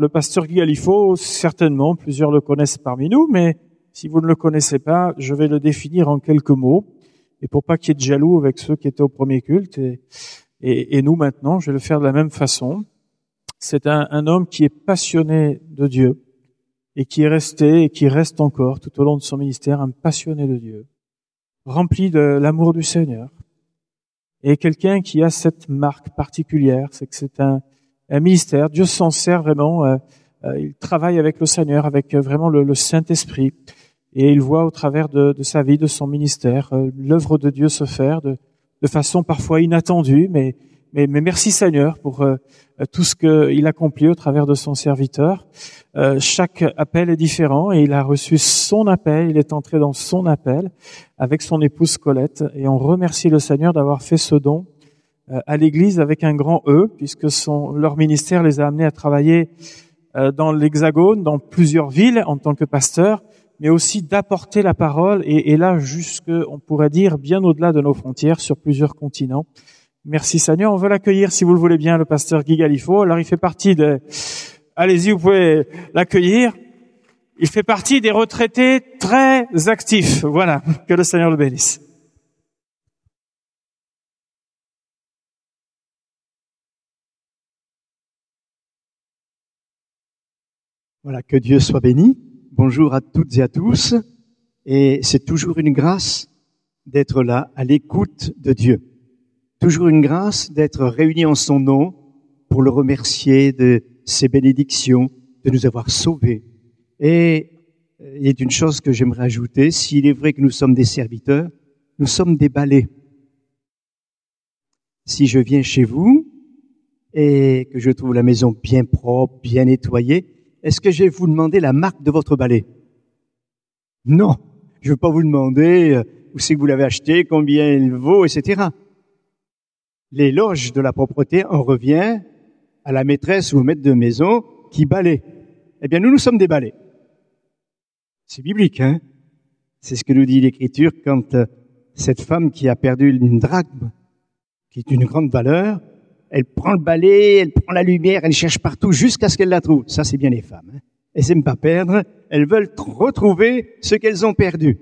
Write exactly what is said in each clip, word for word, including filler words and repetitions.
le pasteur Guy Galifo, certainement, plusieurs le connaissent parmi nous, mais si vous ne le connaissez pas, je vais le définir en quelques mots. Et pour pas qu'il y ait de jaloux avec ceux qui étaient au premier culte, et, et, et nous maintenant, je vais le faire de la même façon. C'est un, un homme qui est passionné de Dieu et qui est resté et qui reste encore tout au long de son ministère un passionné de Dieu, rempli de l'amour du Seigneur. Et quelqu'un qui a cette marque particulière, c'est que c'est un, un ministère. Dieu s'en sert vraiment. Euh, euh, il travaille avec le Seigneur, avec euh, vraiment le, le Saint-Esprit. Et il voit au travers de, de sa vie, de son ministère, euh, l'œuvre de Dieu se faire de, de façon parfois inattendue, mais, mais, mais merci Seigneur pour euh, tout ce qu'il accomplit au travers de son serviteur. Euh, chaque appel est différent et il a reçu son appel, il est entré dans son appel avec son épouse Colette. Et on remercie le Seigneur d'avoir fait ce don euh, à l'Église avec un grand E, puisque son, leur ministère les a amenés à travailler euh, dans l'Hexagone, dans plusieurs villes en tant que pasteur, mais aussi d'apporter la parole, et, et là, jusque, on pourrait dire, bien au-delà de nos frontières, sur plusieurs continents. Merci Seigneur. On veut l'accueillir, si vous le voulez bien, le pasteur Guy Galifo. Alors, il fait partie de... Allez-y, vous pouvez l'accueillir. Il fait partie des retraités très actifs. Voilà, que le Seigneur le bénisse. Voilà, que Dieu soit béni. Bonjour à toutes et à tous, et c'est toujours une grâce d'être là, à l'écoute de Dieu. Toujours une grâce d'être réunis en son nom pour le remercier de ses bénédictions, de nous avoir sauvés. Et il y a une chose que j'aimerais ajouter, s'il est vrai que nous sommes des serviteurs, nous sommes des balais. Si je viens chez vous et que je trouve la maison bien propre, bien nettoyée, est-ce que je vais vous demander la marque de votre balai? Non, je ne veux pas vous demander où c'est que vous l'avez acheté, combien il vaut, et cetera. L'éloge de la propreté en revient à la maîtresse ou au maître de maison qui balaie. Eh bien, nous, nous sommes des balais. C'est biblique, hein? C'est ce que nous dit l'Écriture quand cette femme qui a perdu une drachme, qui est une grande valeur, elle prend le balai, elle prend la lumière, elle cherche partout jusqu'à ce qu'elle la trouve. Ça, c'est bien les femmes. Hein. Elles n'aiment pas perdre, elles veulent retrouver ce qu'elles ont perdu.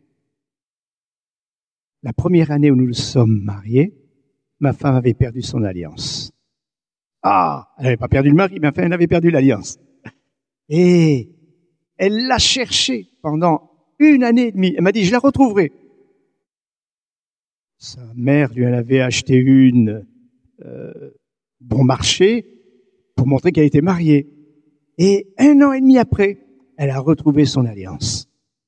La première année où nous nous sommes mariés, ma femme avait perdu son alliance. Ah, elle n'avait pas perdu le mari, mais enfin, elle avait perdu l'alliance. Et elle l'a cherchée pendant une année et demie. Elle m'a dit, je la retrouverai. Sa mère lui en avait acheté une Euh, bon marché pour montrer qu'elle était mariée. Et un an et demi après, elle a retrouvé son alliance.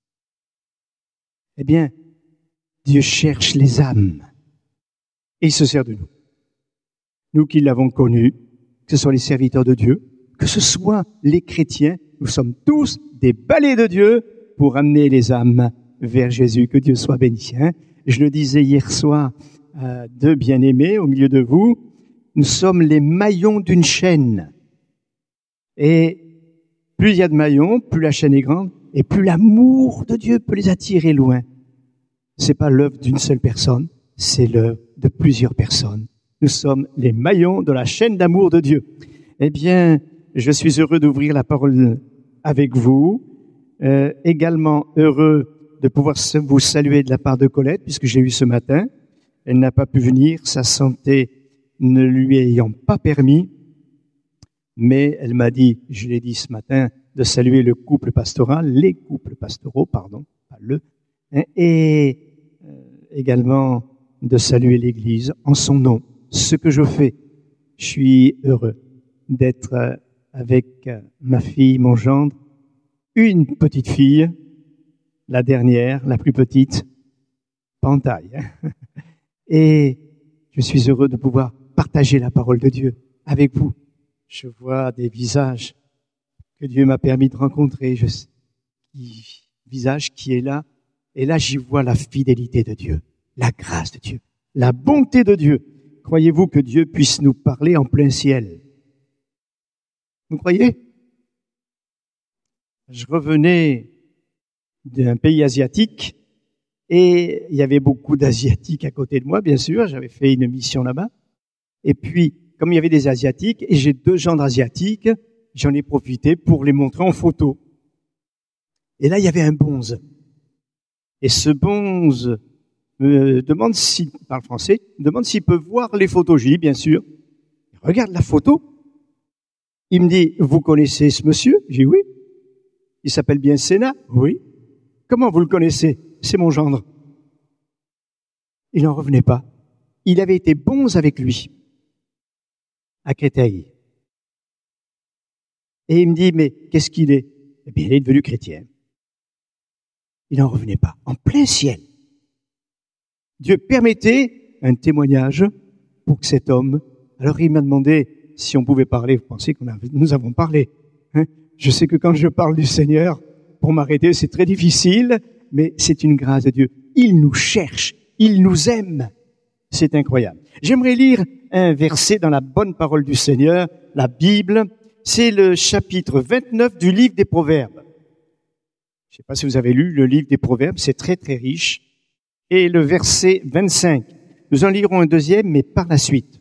Eh bien, Dieu cherche les âmes et il se sert de nous. Nous qui l'avons connu, que ce soit les serviteurs de Dieu, que ce soit les chrétiens, nous sommes tous des balais de Dieu pour amener les âmes vers Jésus. Que Dieu soit béni. Hein? Je le disais hier soir, Euh, deux bien-aimés au milieu de vous, nous sommes les maillons d'une chaîne. Et plus il y a de maillons, plus la chaîne est grande, et plus l'amour de Dieu peut les attirer loin. C'est pas l'œuvre d'une seule personne, c'est l'œuvre de plusieurs personnes. Nous sommes les maillons de la chaîne d'amour de Dieu. Eh bien, je suis heureux d'ouvrir la parole avec vous, euh, également heureux de pouvoir vous saluer de la part de Colette, puisque j'ai eu ce matin. Elle n'a pas pu venir, sa santé ne lui ayant pas permis, mais elle m'a dit, je l'ai dit ce matin, de saluer le couple pastoral, les couples pastoraux, pardon, pas le, et également de saluer l'Église en son nom. Ce que je fais, je suis heureux d'être avec ma fille, mon gendre, une petite fille, la dernière, la plus petite, pas en taille, hein. Et je suis heureux de pouvoir partager la parole de Dieu avec vous. Je vois des visages que Dieu m'a permis de rencontrer, je, visage qui est là, et là j'y vois la fidélité de Dieu, la grâce de Dieu, la bonté de Dieu. Croyez-vous que Dieu puisse nous parler en plein ciel? Vous croyez? Je revenais d'un pays asiatique, et il y avait beaucoup d'Asiatiques à côté de moi, bien sûr. J'avais fait une mission là-bas. Et puis, comme il y avait des Asiatiques, et j'ai deux gendres asiatiques, j'en ai profité pour les montrer en photo. Et là, il y avait un bonze. Et ce bonze me demande s'il parle français, me demande s'il peut voir les photos. Je dis, bien sûr. Il regarde la photo. Il me dit, vous connaissez ce monsieur? J'ai dit, oui. Il s'appelle bien Sénat? Oui. Comment vous le connaissez? C'est mon gendre. Il n'en revenait pas. Il avait été bonze avec lui, à Créteil. Et il me dit, mais qu'est-ce qu'il est? Eh bien, il est devenu chrétien. Il n'en revenait pas. En plein ciel. Dieu permettait un témoignage pour que cet homme... Alors il m'a demandé si on pouvait parler. Vous pensez que nous avons parlé, hein? Je sais que quand je parle du Seigneur, pour m'arrêter, c'est très difficile, mais c'est une grâce de Dieu. Il nous cherche, il nous aime. C'est incroyable. J'aimerais lire un verset dans la bonne parole du Seigneur, la Bible. C'est le chapitre vingt-neuf du livre des Proverbes. Je ne sais pas si vous avez lu le livre des Proverbes, c'est très très riche. Et le verset vingt-cinq. Nous en lirons un deuxième, mais par la suite.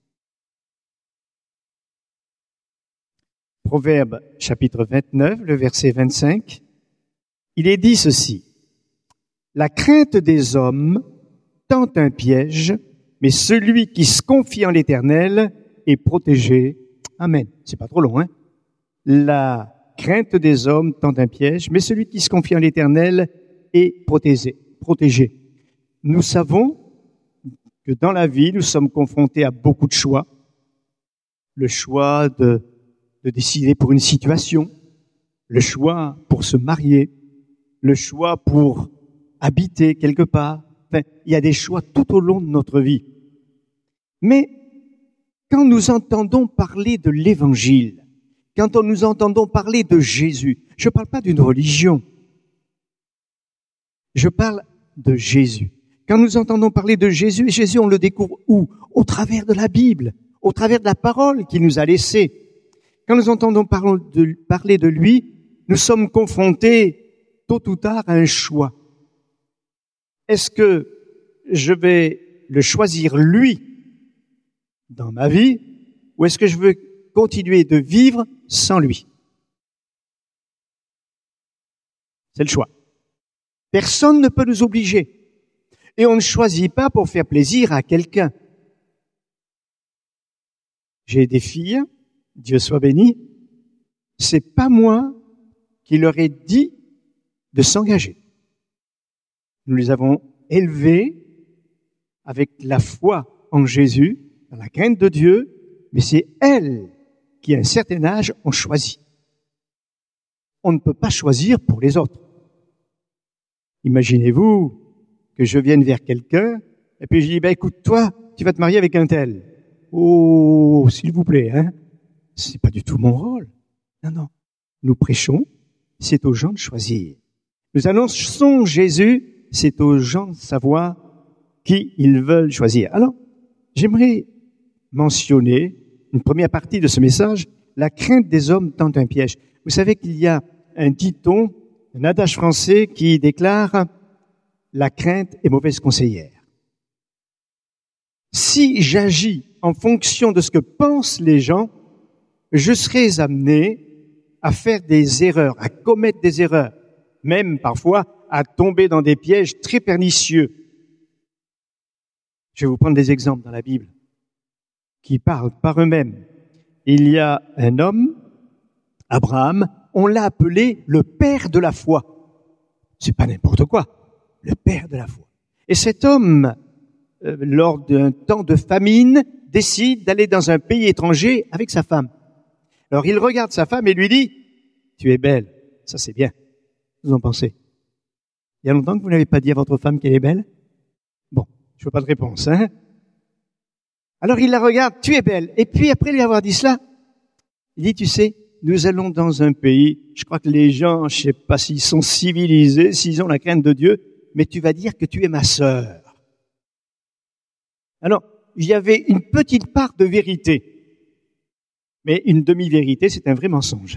Proverbe chapitre vingt-neuf, le verset vingt-cinq. Il est dit ceci. La crainte des hommes tend un piège, mais celui qui se confie en l'Éternel est protégé. Amen. C'est pas trop long, hein? La crainte des hommes tend un piège, mais celui qui se confie en l'Éternel est protégé. Protégé. Nous savons que dans la vie, nous sommes confrontés à beaucoup de choix. Le choix de, de décider pour une situation, le choix pour se marier, le choix pour habiter quelque part. Enfin, il y a des choix tout au long de notre vie. Mais quand nous entendons parler de l'Évangile, quand nous entendons parler de Jésus, je ne parle pas d'une religion, je parle de Jésus. Quand nous entendons parler de Jésus, Jésus, on le découvre où? Au travers de la Bible, au travers de la parole qu'il nous a laissée. Quand nous entendons parler de lui, nous sommes confrontés tôt ou tard à un choix. Est-ce que je vais le choisir lui dans ma vie, ou est-ce que je veux continuer de vivre sans lui? C'est le choix. Personne ne peut nous obliger. Et on ne choisit pas pour faire plaisir à quelqu'un. J'ai des filles, Dieu soit béni, c'est pas moi qui leur ai dit de s'engager. Nous les avons élevées avec la foi en Jésus, dans la crainte de Dieu, mais c'est elles qui, à un certain âge, ont choisi. On ne peut pas choisir pour les autres. Imaginez-vous que je vienne vers quelqu'un, et puis je dis, ben écoute, toi, tu vas te marier avec un tel. Oh, s'il vous plaît, hein. C'est pas du tout mon rôle. Non, non. Nous prêchons, c'est aux gens de choisir. Nous annonçons Jésus, c'est aux gens de savoir qui ils veulent choisir. Alors, j'aimerais mentionner une première partie de ce message, la crainte des hommes tend un piège. Vous savez qu'il y a un dicton, un adage français qui déclare « La crainte est mauvaise conseillère ». Si j'agis en fonction de ce que pensent les gens, je serai amené à faire des erreurs, à commettre des erreurs, même parfois à tomber dans des pièges très pernicieux. Je vais vous prendre des exemples dans la Bible qui parlent par eux-mêmes. Il y a un homme, Abraham, on l'a appelé le père de la foi. C'est pas n'importe quoi, le père de la foi. Et cet homme, euh, lors d'un temps de famine, décide d'aller dans un pays étranger avec sa femme. Alors il regarde sa femme et lui dit, « Tu es belle. » Ça c'est bien. Vous en pensez? Il y a longtemps que vous n'avez pas dit à votre femme qu'elle est belle? Bon, je veux pas de réponse, hein? Alors il la regarde, « Tu es belle. » Et puis après lui avoir dit cela, il dit, « Tu sais, nous allons dans un pays, je crois que les gens, je sais pas s'ils sont civilisés, s'ils ont la crainte de Dieu, mais tu vas dire que tu es ma sœur. » Alors, il y avait une petite part de vérité, mais une demi-vérité, c'est un vrai mensonge.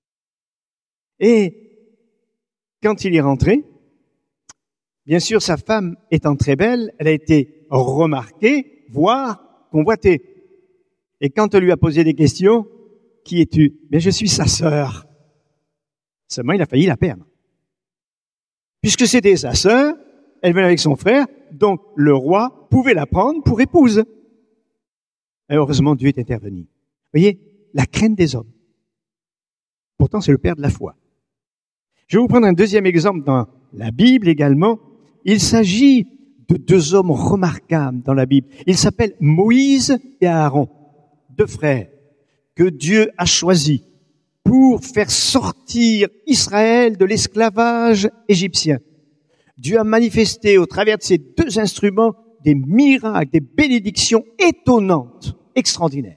Et quand il est rentré, bien sûr, sa femme étant très belle, elle a été remarquée, voire convoitée. Et quand on lui a posé des questions, qui es-tu? Mais je suis sa sœur. Seulement, il a failli la perdre. Puisque c'était sa sœur, elle venait avec son frère, donc le roi pouvait la prendre pour épouse. Et heureusement, Dieu est intervenu. Vous voyez, la crainte des hommes. Pourtant, c'est le père de la foi. Je vais vous prendre un deuxième exemple dans la Bible également. Il s'agit de deux hommes remarquables dans la Bible. Ils s'appellent Moïse et Aaron, deux frères que Dieu a choisis pour faire sortir Israël de l'esclavage égyptien. Dieu a manifesté au travers de ces deux instruments des miracles, des bénédictions étonnantes, extraordinaires.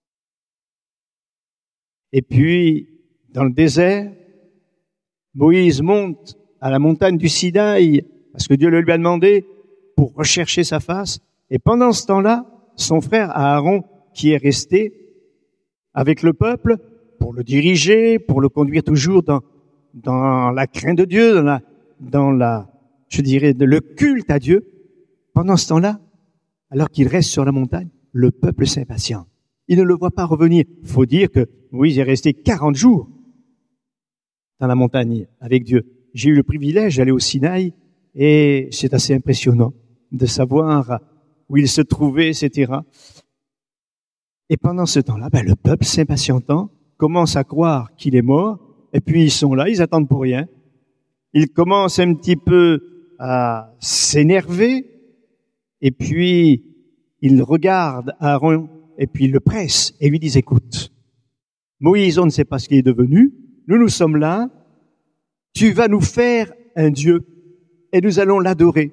Et puis, dans le désert, Moïse monte à la montagne du Sinaï, parce que Dieu le lui a demandé, pour rechercher sa face. Et pendant ce temps-là, son frère Aaron, qui est resté avec le peuple, pour le diriger, pour le conduire toujours dans, dans la crainte de Dieu, dans la, dans la, je dirais, le culte à Dieu. Pendant ce temps-là, alors qu'il reste sur la montagne, le peuple s'impatiente. Il ne le voit pas revenir. Il faut dire que Moïse est resté quarante jours dans la montagne avec Dieu. J'ai eu le privilège d'aller au Sinaï et c'est assez impressionnant de savoir où il se trouvait, et cetera. Et pendant ce temps-là, ben, le peuple s'impatientant commence à croire qu'il est mort et puis ils sont là, ils attendent pour rien. Ils commencent un petit peu à s'énerver et puis ils regardent Aaron et puis ils le pressent et lui disent, écoute, Moïse, on ne sait pas ce qu'il est devenu, nous, nous sommes là, tu vas nous faire un Dieu et nous allons l'adorer.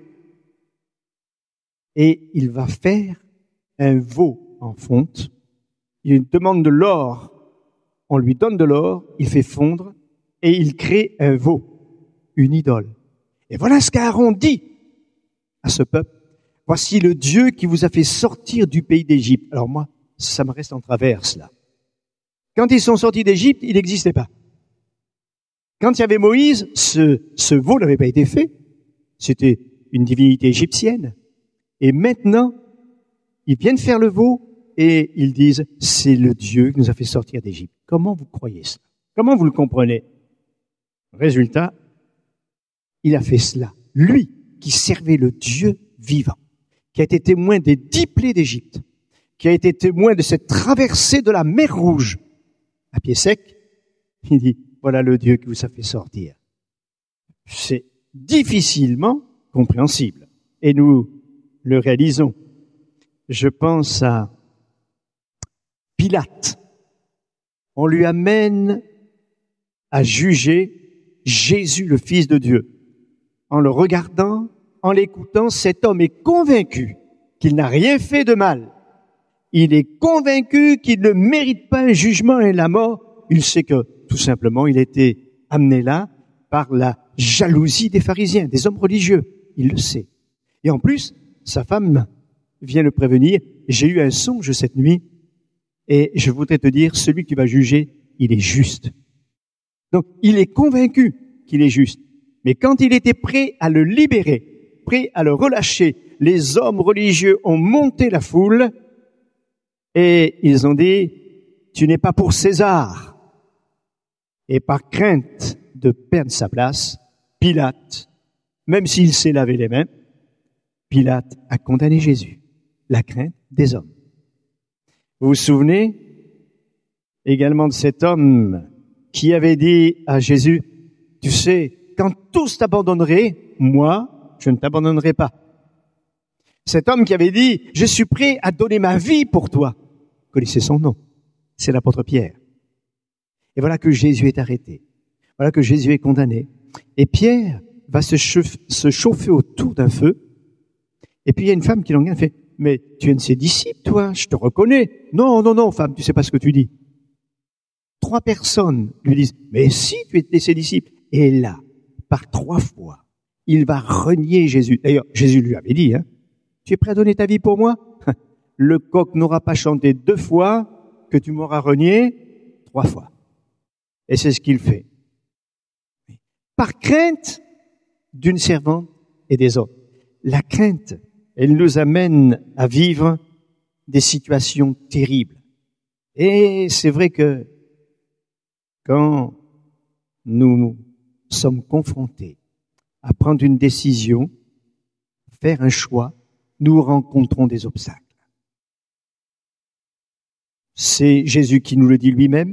Et il va faire un veau en fonte. Il demande de l'or, on lui donne de l'or, il fait fondre et il crée un veau, une idole. Et voilà ce qu'Aaron dit à ce peuple. Voici le Dieu qui vous a fait sortir du pays d'Égypte. Alors moi, ça me reste en travers, là. Quand ils sont sortis d'Égypte, il n'existait pas. Quand il y avait Moïse, ce, ce veau n'avait pas été fait. C'était une divinité égyptienne. Et maintenant, ils viennent faire le veau et ils disent, c'est le Dieu qui nous a fait sortir d'Égypte. Comment vous croyez cela? Comment vous le comprenez? Résultat, il a fait cela. Lui, qui servait le Dieu vivant, qui a été témoin des dix plaies d'Égypte, qui a été témoin de cette traversée de la mer Rouge, à pied sec, il dit, voilà le Dieu qui vous a fait sortir. C'est difficilement compréhensible. Et nous le réalisons. Je pense à Pilate. On lui amène à juger Jésus, le Fils de Dieu. En le regardant, en l'écoutant, cet homme est convaincu qu'il n'a rien fait de mal. Il est convaincu qu'il ne mérite pas un jugement et la mort. Il sait que, tout simplement, il a été amené là par la jalousie des pharisiens, des hommes religieux. Il le sait. Et en plus, sa femme vient le prévenir. J'ai eu un songe cette nuit et je voudrais te dire, celui que tu vas juger, il est juste. Donc, il est convaincu qu'il est juste. Mais quand il était prêt à le libérer, prêt à le relâcher, les hommes religieux ont monté la foule et ils ont dit, tu n'es pas pour César. Et par crainte de perdre sa place, Pilate, même s'il s'est lavé les mains, Pilate a condamné Jésus. La crainte des hommes. Vous vous souvenez également de cet homme qui avait dit à Jésus, tu sais, quand tous t'abandonneraient, moi, je ne t'abandonnerai pas. Cet homme qui avait dit, je suis prêt à donner ma vie pour toi. Vous connaissez son nom. C'est l'apôtre Pierre. Et voilà que Jésus est arrêté. Voilà que Jésus est condamné. Et Pierre va se chauffer, se chauffer autour d'un feu. Et puis il y a une femme qui l'en fait, mais tu es un de ses disciples, toi, je te reconnais. Non, non, non, femme, tu sais pas ce que tu dis. Trois personnes lui disent, mais si tu étais ses disciples. Et là, par trois fois, il va renier Jésus. D'ailleurs, Jésus lui avait dit, hein, tu es prêt à donner ta vie pour moi? Le coq n'aura pas chanté deux fois que tu m'auras renié trois fois. Et c'est ce qu'il fait. Par crainte d'une servante et des autres. La crainte, elle nous amène à vivre des situations terribles. Et c'est vrai que quand nous sommes confrontés à prendre une décision, faire un choix, nous rencontrons des obstacles. C'est Jésus qui nous le dit lui-même.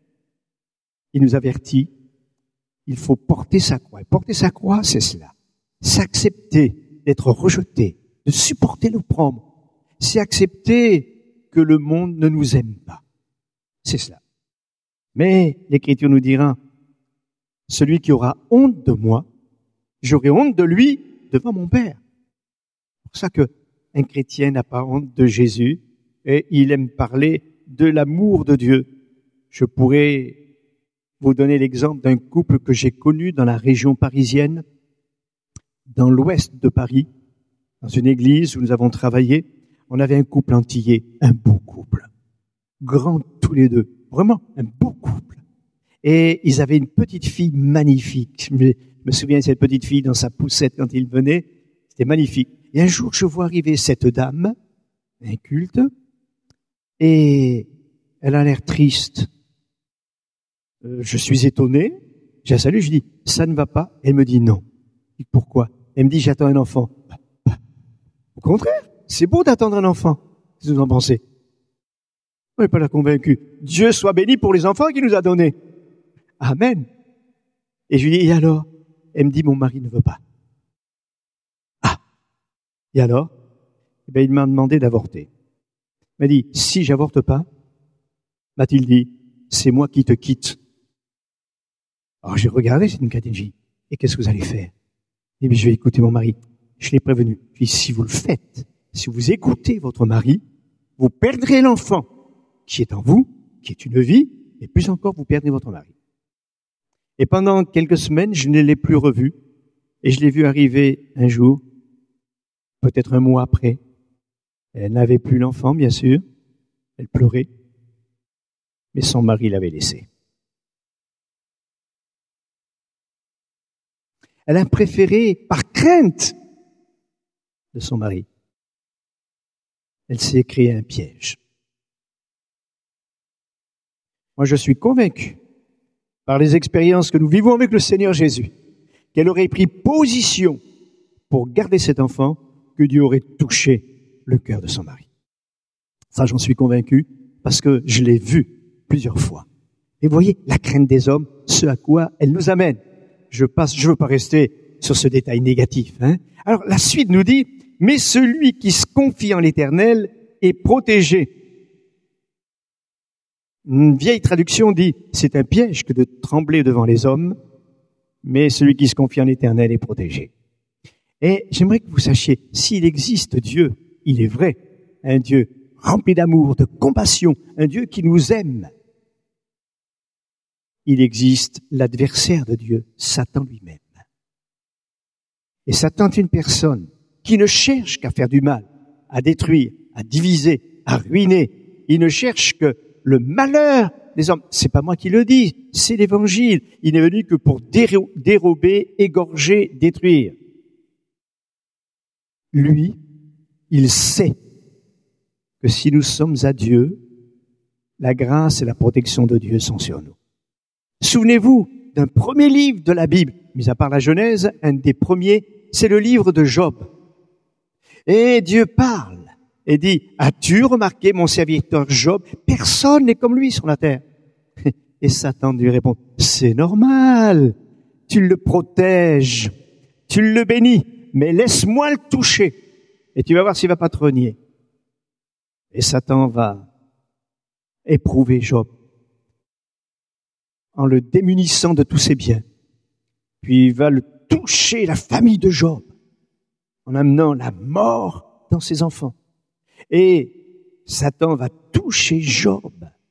Il nous avertit. Il faut porter sa croix. Et porter sa croix, c'est cela. S'accepter d'être rejeté, de supporter l'opprobre. C'est accepter que le monde ne nous aime pas. C'est cela. Mais l'Écriture nous dira, celui qui aura honte de moi, j'aurai honte de lui devant mon Père. C'est pour ça qu'un chrétien n'a pas honte de Jésus et il aime parler de l'amour de Dieu. Je pourrais vous donner l'exemple d'un couple que j'ai connu dans la région parisienne, dans l'ouest de Paris, dans une église où nous avons travaillé. On avait un couple antillais, un beau couple, grands tous les deux, vraiment un beau couple. Et ils avaient une petite fille magnifique. Je me souviens de cette petite fille dans sa poussette quand ils venaient, c'était magnifique. Et un jour, je vois arriver cette dame, un culte, et elle a l'air triste. Euh, je suis étonné, j'ai un salut, je dis, ça ne va pas. Elle me dit non. Je dis, pourquoi? Elle me dit, j'attends un enfant. Bah, bah. Au contraire, c'est beau d'attendre un enfant. Qu'est-ce que vous en pensez? On n'est pas la convaincue. Dieu soit béni pour les enfants qu'il nous a donnés. Amen. Et je lui dis, et alors? Elle me dit, mon mari ne veut pas. Ah. Et alors? Eh bien, il m'a demandé d'avorter. Il m'a dit, si j'avorte pas, m'a-t-il dit, c'est moi qui te quitte. Alors j'ai regardé, c'est une catégorie. Et qu'est-ce que vous allez faire? Eh bien, je vais écouter mon mari. Je l'ai prévenu. Puis si vous le faites, si vous écoutez votre mari, vous perdrez l'enfant qui est en vous, qui est une vie, et plus encore, vous perdrez votre mari. Et pendant quelques semaines, je ne l'ai plus revu, et je l'ai vu arriver un jour, peut-être un mois après. Elle n'avait plus l'enfant, bien sûr. Elle pleurait. Mais son mari l'avait laissé. Elle a préféré, par crainte de son mari, elle s'est créé un piège. Moi, je suis convaincu, par les expériences que nous vivons avec le Seigneur Jésus, qu'elle aurait pris position pour garder cet enfant, que Dieu aurait touché le cœur de son mari. Ça, j'en suis convaincu, parce que je l'ai vu plusieurs fois. Et vous voyez, la crainte des hommes, ce à quoi elle nous amène. Je passe, je veux pas rester sur ce détail négatif, hein. Alors, la suite nous dit, mais celui qui se confie en l'Éternel est protégé. Une vieille traduction dit, c'est un piège que de trembler devant les hommes, mais celui qui se confie en l'Éternel est protégé. Et j'aimerais que vous sachiez, s'il existe Dieu, il est vrai, un Dieu rempli d'amour, de compassion, un Dieu qui nous aime. Il existe l'adversaire de Dieu, Satan lui-même. Et Satan est une personne qui ne cherche qu'à faire du mal, à détruire, à diviser, à ruiner. Il ne cherche que le malheur des hommes. C'est pas moi qui le dis, c'est l'Évangile. Il n'est venu que pour déro- dérober, égorger, détruire. Lui, il sait que si nous sommes à Dieu, la grâce et la protection de Dieu sont sur nous. Souvenez-vous d'un premier livre de la Bible, mis à part la Genèse, un des premiers, c'est le livre de Job. Et Dieu parle et dit, as-tu remarqué mon serviteur Job? Personne n'est comme lui sur la terre. Et Satan lui répond, c'est normal, tu le protèges, tu le bénis, mais laisse-moi le toucher. Et tu vas voir s'il va pas te renier. Et Satan va éprouver Job en le démunissant de tous ses biens. Puis il va le toucher, la famille de Job, en amenant la mort dans ses enfants. Et Satan va toucher Job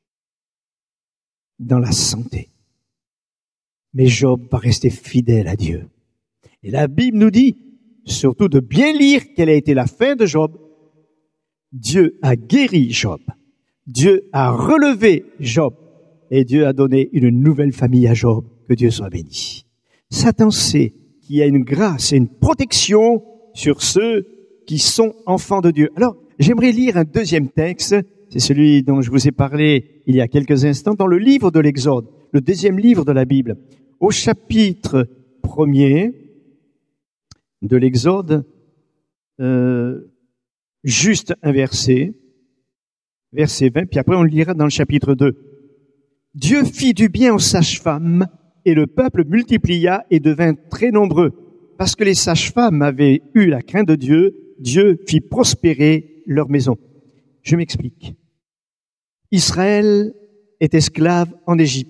dans la santé. Mais Job va rester fidèle à Dieu. Et la Bible nous dit, surtout de bien lire quelle a été la fin de Job. Dieu a guéri Job. Dieu a relevé Job. Et Dieu a donné une nouvelle famille à Job. Que Dieu soit béni. Satan sait qu'il y a une grâce et une protection sur ceux qui sont enfants de Dieu. Alors, j'aimerais lire un deuxième texte. C'est celui dont je vous ai parlé il y a quelques instants dans le livre de l'Exode. le deuxième livre de la Bible, au chapitre premier de l'Exode, euh, juste un verset, verset vingt, puis après on le lira dans le chapitre deux. Dieu fit du bien aux sages-femmes, et le peuple multiplia et devint très nombreux. Parce que les sages-femmes avaient eu la crainte de Dieu, Dieu fit prospérer leur maison. Je m'explique. Israël est esclave en Égypte.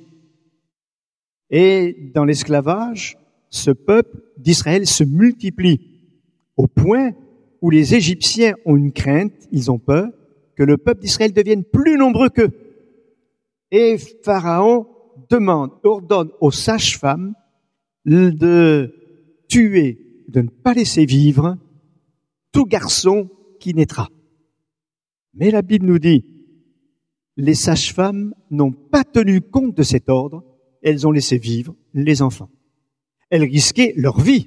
Et dans l'esclavage, ce peuple d'Israël se multiplie au point où les Égyptiens ont une crainte, ils ont peur, que le peuple d'Israël devienne plus nombreux qu'eux. Et Pharaon demande, ordonne aux sages-femmes de tuer, de ne pas laisser vivre tout garçon qui naîtra. Mais la Bible nous dit, les sages-femmes n'ont pas tenu compte de cet ordre, elles ont laissé vivre les enfants. Elles risquaient leur vie.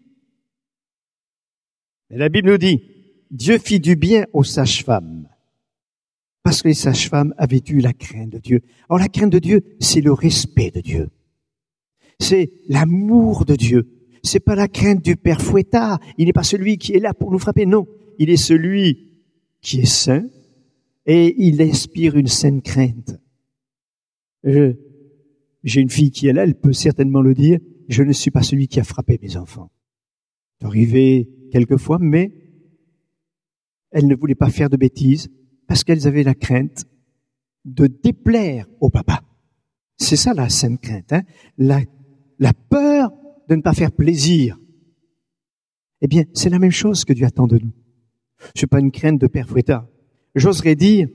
Mais la Bible nous dit, Dieu fit du bien aux sages-femmes, parce que les sages-femmes avaient eu la crainte de Dieu. Alors la crainte de Dieu, c'est le respect de Dieu. C'est l'amour de Dieu. C'est pas la crainte du père fouettard. Il n'est pas celui qui est là pour nous frapper. Non, il est celui qui est saint et il inspire une sainte crainte. Je, j'ai une fille qui est là, elle peut certainement le dire. Je ne suis pas celui qui a frappé mes enfants. C'est arrivé quelquefois, mais elle ne voulait pas faire de bêtises parce qu'elles avaient la crainte de déplaire au papa. C'est ça la sainte crainte, hein? La, la peur de ne pas faire plaisir. Eh bien, c'est la même chose que Dieu attend de nous. Je suis pas une crainte de père fouettard. J'oserais dire,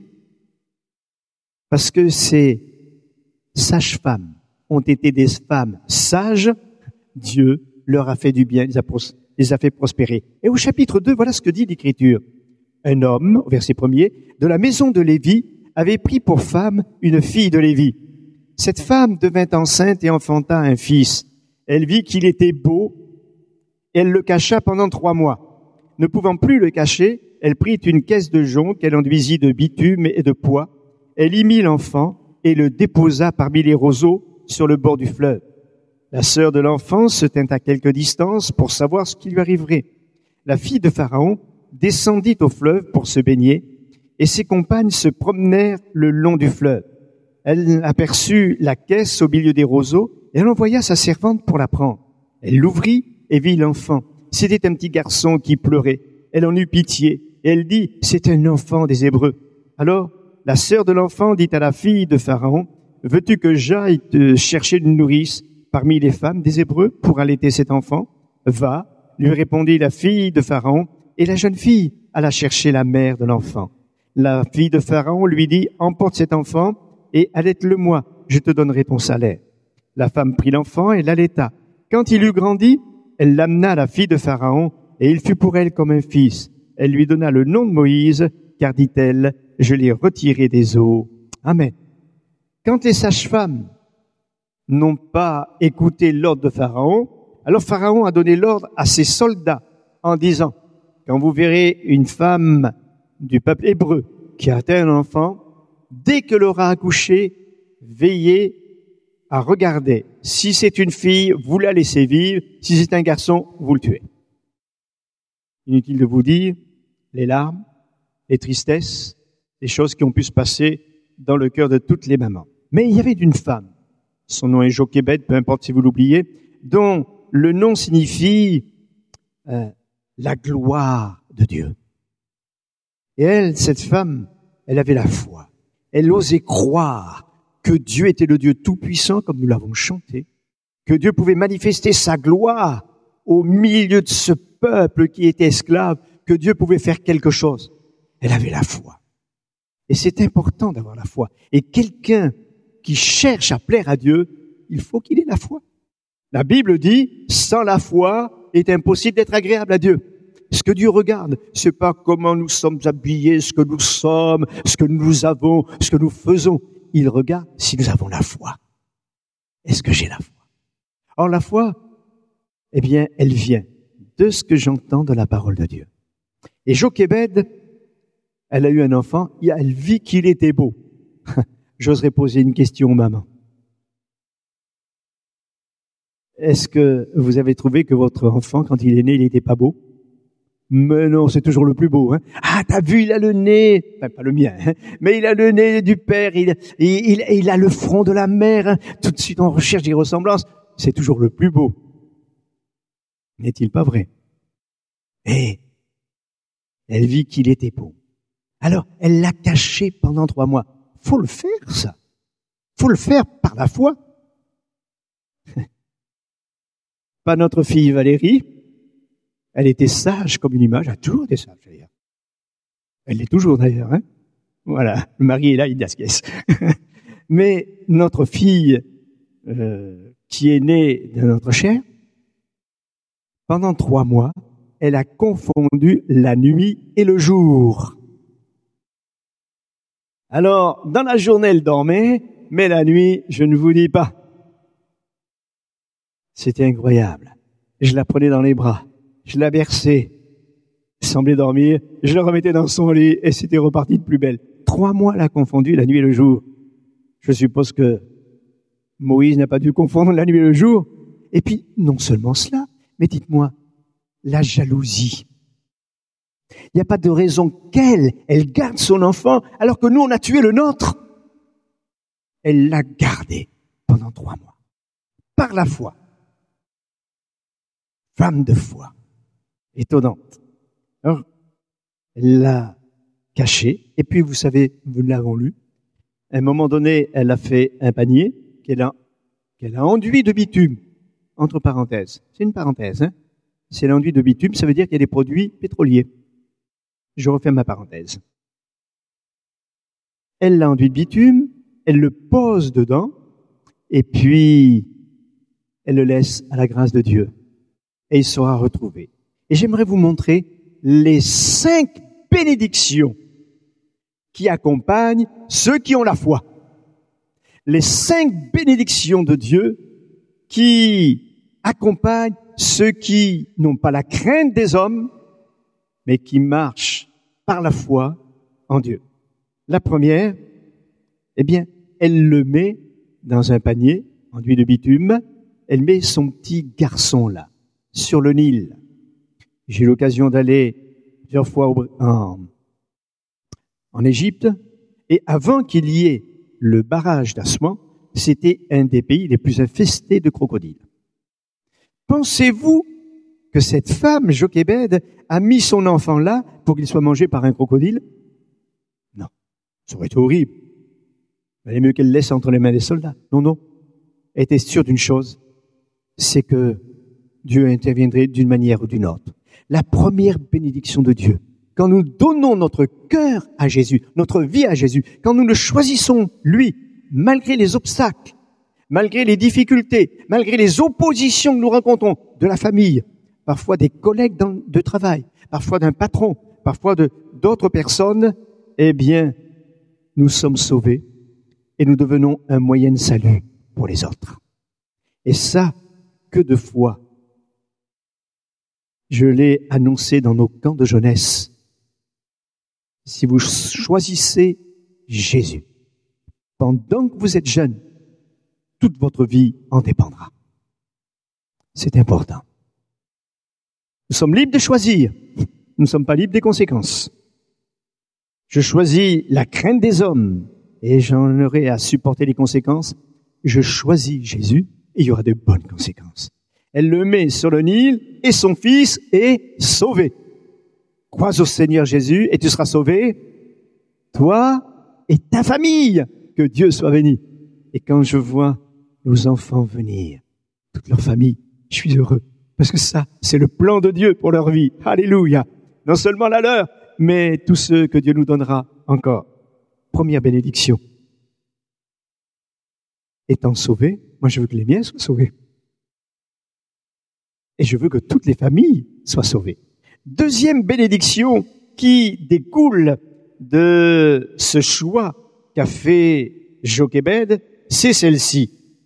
parce que ces sages-femmes ont été des femmes sages, Dieu leur a fait du bien, les a, pros- les a fait prospérer. Et au chapitre deux, voilà ce que dit l'Écriture. Un homme, au verset premier, de la maison de Lévi, avait pris pour femme une fille de Lévi. Cette femme devint enceinte et enfanta un fils. Elle vit qu'il était beau, et elle le cacha pendant trois mois. Ne pouvant plus le cacher, elle prit une caisse de jonc qu'elle enduisit de bitume et de pois. Elle y mit l'enfant et le déposa parmi les roseaux sur le bord du fleuve. La sœur de l'enfant se tint à quelque distance pour savoir ce qui lui arriverait. La fille de Pharaon descendit au fleuve pour se baigner, et ses compagnes se promenèrent le long du fleuve. Elle aperçut la caisse au milieu des roseaux, et elle envoya sa servante pour la prendre. Elle l'ouvrit et vit l'enfant. C'était un petit garçon qui pleurait. Elle en eut pitié, et elle dit, c'est un enfant des Hébreux. Alors, la sœur de l'enfant dit à la fille de Pharaon, veux-tu que j'aille te chercher une nourrice parmi les femmes des Hébreux pour allaiter cet enfant? Va, lui répondit la fille de Pharaon, et la jeune fille alla chercher la mère de l'enfant. La fille de Pharaon lui dit, emporte cet enfant et allaite-le-moi, je te donnerai ton salaire. La femme prit l'enfant et l'allaita. Quand il eut grandi, elle l'amena à la fille de Pharaon, et il fut pour elle comme un fils. Elle lui donna le nom de Moïse, car dit-elle, je l'ai retiré des eaux. Amen. Quand les sages-femmes n'ont pas écouté l'ordre de Pharaon, alors Pharaon a donné l'ordre à ses soldats en disant, quand vous verrez une femme du peuple hébreu qui a atteint un enfant, dès qu'elle aura accouché, veillez à regarder. Si c'est une fille, vous la laissez vivre. Si c'est un garçon, vous le tuez. Inutile de vous dire les larmes, les tristesses, les choses qui ont pu se passer dans le cœur de toutes les mamans. Mais il y avait une femme, son nom est Jochébed, peu importe si vous l'oubliez, dont le nom signifie euh, la gloire de Dieu. Et elle, cette femme, elle avait la foi. Elle osait croire que Dieu était le Dieu tout-puissant, comme nous l'avons chanté, que Dieu pouvait manifester sa gloire au milieu de ce peuple qui était esclave, que Dieu pouvait faire quelque chose. Elle avait la foi. Et c'est important d'avoir la foi. Et quelqu'un qui cherche à plaire à Dieu, il faut qu'il ait la foi. La Bible dit, sans la foi, il est impossible d'être agréable à Dieu. Ce que Dieu regarde, c'est pas comment nous sommes habillés, ce que nous sommes, ce que nous avons, ce que nous faisons. Il regarde si nous avons la foi. Est-ce que j'ai la foi? Or, la foi, eh bien, elle vient de ce que j'entends de la parole de Dieu. Et Jochébed, elle a eu un enfant, elle vit qu'il était beau. J'oserais poser une question aux mamans. Est-ce que vous avez trouvé que votre enfant, quand il est né, il n'était pas beau? Mais non, c'est toujours le plus beau. Hein. Ah, t'as vu, il a le nez, enfin, pas le mien, hein, mais il a le nez du père, il, il, il, il a le front de la mère. Hein. Tout de suite, on recherche des ressemblances. C'est toujours le plus beau. N'est-il pas vrai? Et elle vit qu'il était beau. Alors, elle l'a caché pendant trois mois. Faut le faire, ça. Faut le faire par la foi. Pas notre fille Valérie. Elle était sage comme une image. Elle a toujours été sage, d'ailleurs. Elle l'est toujours, d'ailleurs. Hein. Voilà. Le mari est là, il dasquesse. Mais notre fille, euh, qui est née de notre chair, pendant trois mois, elle a confondu la nuit et le jour. Alors, dans la journée, elle dormait, mais la nuit, je ne vous dis pas. C'était incroyable. Je la prenais dans les bras, je la berçais, elle semblait dormir, je la remettais dans son lit et c'était reparti de plus belle. Trois mois, elle a confondu la nuit et le jour. Je suppose que Moïse n'a pas dû confondre la nuit et le jour. Et puis, non seulement cela, mais dites-moi, la jalousie. Il n'y a pas de raison qu'elle, elle garde son enfant alors que nous, on a tué le nôtre. Elle l'a gardé pendant trois mois. Par la foi. Femme de foi. Étonnante. Alors, elle l'a caché. Et puis, vous savez, nous l'avons lu. À un moment donné, elle a fait un panier qu'elle a, qu'elle a enduit de bitume. Entre parenthèses. C'est une parenthèse, hein. C'est l'enduit de bitume, ça veut dire qu'il y a des produits pétroliers. Je refais ma parenthèse. Elle l'a enduit de bitume, elle le pose dedans, et puis elle le laisse à la grâce de Dieu. Et il sera retrouvé. Et j'aimerais vous montrer les cinq bénédictions qui accompagnent ceux qui ont la foi. Les cinq bénédictions de Dieu qui accompagnent ceux qui n'ont pas la crainte des hommes, mais qui marchent par la foi en Dieu. La première, eh bien, elle le met dans un panier enduit de bitume, elle met son petit garçon là, sur le Nil. J'ai eu l'occasion d'aller plusieurs fois au, en, en Égypte, et avant qu'il y ait le barrage d'Aswan, c'était un des pays les plus infestés de crocodiles. Pensez-vous que cette femme, Jochébed, a mis son enfant là pour qu'il soit mangé par un crocodile? Non. Ça aurait été horrible. Il valait mieux qu'elle le laisse entre les mains des soldats. Non, non. Elle était sûre d'une chose, c'est que Dieu interviendrait d'une manière ou d'une autre. La première bénédiction de Dieu, quand nous donnons notre cœur à Jésus, notre vie à Jésus, quand nous le choisissons, lui, malgré les obstacles, malgré les difficultés, malgré les oppositions que nous rencontrons de la famille, parfois des collègues de travail, parfois d'un patron, parfois de d'autres personnes, eh bien, nous sommes sauvés et nous devenons un moyen de salut pour les autres. Et ça, que de fois, je l'ai annoncé dans nos camps de jeunesse. Si vous choisissez Jésus, pendant que vous êtes jeune, toute votre vie en dépendra. C'est important. Nous sommes libres de choisir. Nous ne sommes pas libres des conséquences. Je choisis la crainte des hommes et j'en aurai à supporter les conséquences. Je choisis Jésus et il y aura de bonnes conséquences. Elle le met sur le Nil et son fils est sauvé. Crois au Seigneur Jésus et tu seras sauvé, toi et ta famille. Que Dieu soit béni. Et quand je vois nos enfants venir, toute leur famille, je suis heureux. Parce que ça, c'est le plan de Dieu pour leur vie. Alléluia. Non seulement la leur, mais tous ceux que Dieu nous donnera encore. Première bénédiction. Étant sauvés, moi je veux que les miens soient sauvés. Et je veux que toutes les familles soient sauvées. Deuxième bénédiction qui découle de ce choix qu'a fait Jochébed, c'est celle-ci.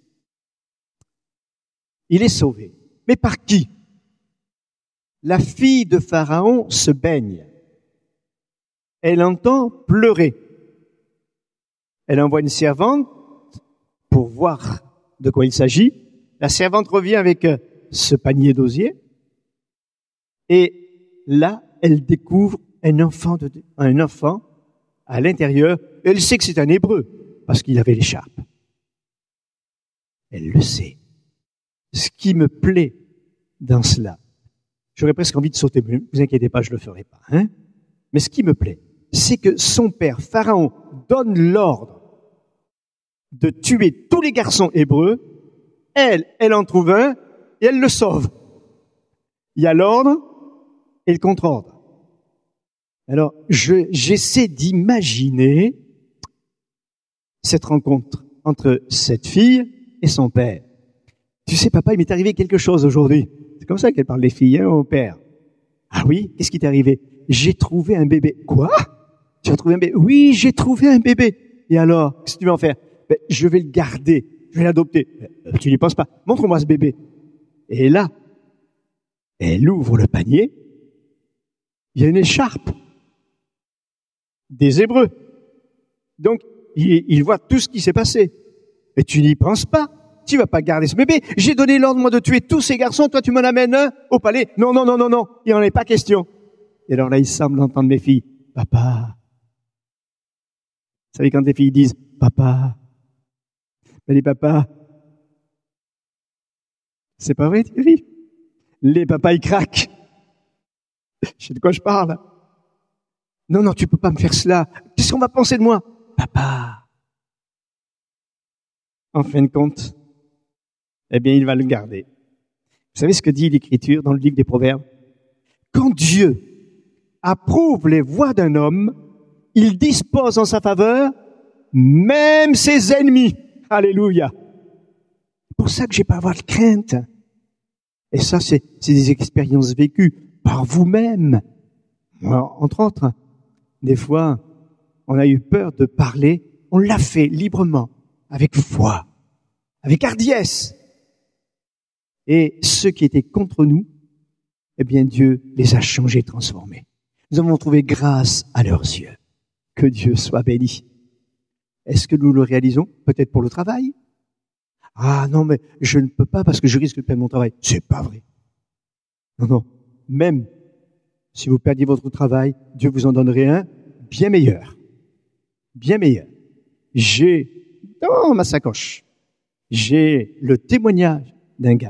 Il est sauvé. Mais par qui? La fille de Pharaon se baigne. Elle entend pleurer. Elle envoie une servante pour voir de quoi il s'agit. La servante revient avec euh, ce panier d'osier. Et là, elle découvre un enfant, de, un enfant à l'intérieur. Elle sait que c'est un Hébreu parce qu'il avait l'écharpe. Elle le sait. Ce qui me plaît dans cela, j'aurais presque envie de sauter, mais ne vous inquiétez pas, je le ferai pas. Hein? Mais ce qui me plaît, c'est que son père, Pharaon, donne l'ordre de tuer tous les garçons hébreux. Elle, elle en trouve un et elle le sauve. Il y a l'ordre et le contre-ordre. Alors, je, j'essaie d'imaginer cette rencontre entre cette fille et son père. Tu sais, papa, il m'est arrivé quelque chose aujourd'hui. C'est comme ça qu'elle parle les filles, hein, au père. Ah oui, qu'est-ce qui t'est arrivé? J'ai trouvé un bébé. Quoi? Tu as trouvé un bébé? Oui, j'ai trouvé un bébé. Et alors, qu'est-ce que tu vas en faire? Ben, je vais le garder, je vais l'adopter. Ben, tu n'y penses pas. Montre-moi ce bébé. Et là, elle ouvre le panier. Il y a une écharpe des Hébreux. Donc, il, il voit tout ce qui s'est passé. Et tu n'y penses pas. Tu vas pas garder ce bébé. J'ai donné l'ordre, moi, de tuer tous ces garçons. Toi, tu m'en amènes un au palais. Non, non, non, non, non. Il n'en est pas question. Et alors là, il semble entendre mes filles. Papa. Vous savez, quand les filles disent, papa. Mais les papas. C'est pas vrai, Thierry? Les papas, ils craquent. Je sais de quoi je parle. Non, non, tu peux pas me faire cela. Qu'est-ce qu'on va penser de moi? Papa. En fin de compte, eh bien, il va le garder. Vous savez ce que dit l'Écriture dans le livre des Proverbes? Quand Dieu approuve les voies d'un homme, il dispose en sa faveur même ses ennemis. Alléluia. C'est pour ça que j'ai pas à avoir de crainte. Et ça, c'est, c'est des expériences vécues par vous-même. Alors, entre autres, des fois, on a eu peur de parler. On l'a fait librement, avec foi, avec hardiesse. Et ceux qui étaient contre nous, eh bien, Dieu les a changés, transformés. Nous avons trouvé grâce à leurs yeux. Que Dieu soit béni. Est-ce que nous le réalisons? Peut-être pour le travail? Ah non, mais je ne peux pas parce que je risque de perdre mon travail. C'est pas vrai. Non, non. Même si vous perdiez votre travail, Dieu vous en donnerait un bien meilleur. Bien meilleur. J'ai, dans ma sacoche, j'ai le témoignage d'un gars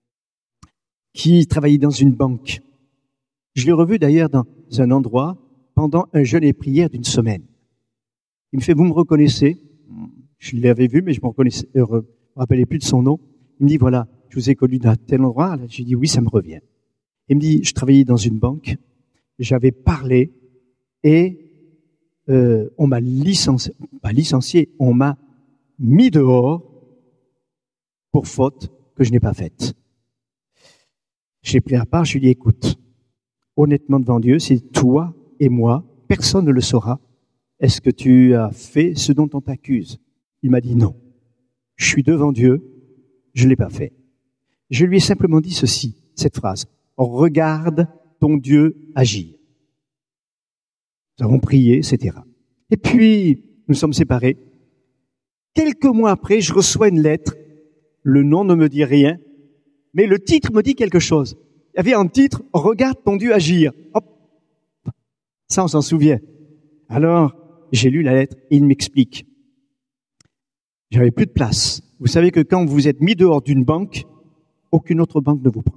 qui travaillait dans une banque. Je l'ai revu d'ailleurs dans un endroit pendant un jeûne et prière d'une semaine. Il me fait, vous me reconnaissez? Je l'avais vu, mais je me reconnaissais, euh, me rappelais plus de son nom. Il me dit, voilà, je vous ai connu à tel endroit. J'ai dit, oui, ça me revient. Il me dit, je travaillais dans une banque, j'avais parlé et euh, on m'a licencié, pas licencié, on m'a mis dehors pour faute que je n'ai pas faite. J'ai pris à part, je lui ai dit, écoute, honnêtement devant Dieu, c'est toi et moi, personne ne le saura. Est-ce que tu as fait ce dont on t'accuse? Il m'a dit non. Je suis devant Dieu, je ne l'ai pas fait. Je lui ai simplement dit ceci, cette phrase. Regarde ton Dieu agir. Nous avons prié, et cetera. Et puis, nous sommes séparés. Quelques mois après, je reçois une lettre. Le nom ne me dit rien, mais le titre me dit quelque chose. Il y avait un titre, regarde ton Dieu agir. Hop. Ça, on s'en souvient. Alors, j'ai lu la lettre et il m'explique. J'avais plus de place. Vous savez que quand vous êtes mis dehors d'une banque, aucune autre banque ne vous prend.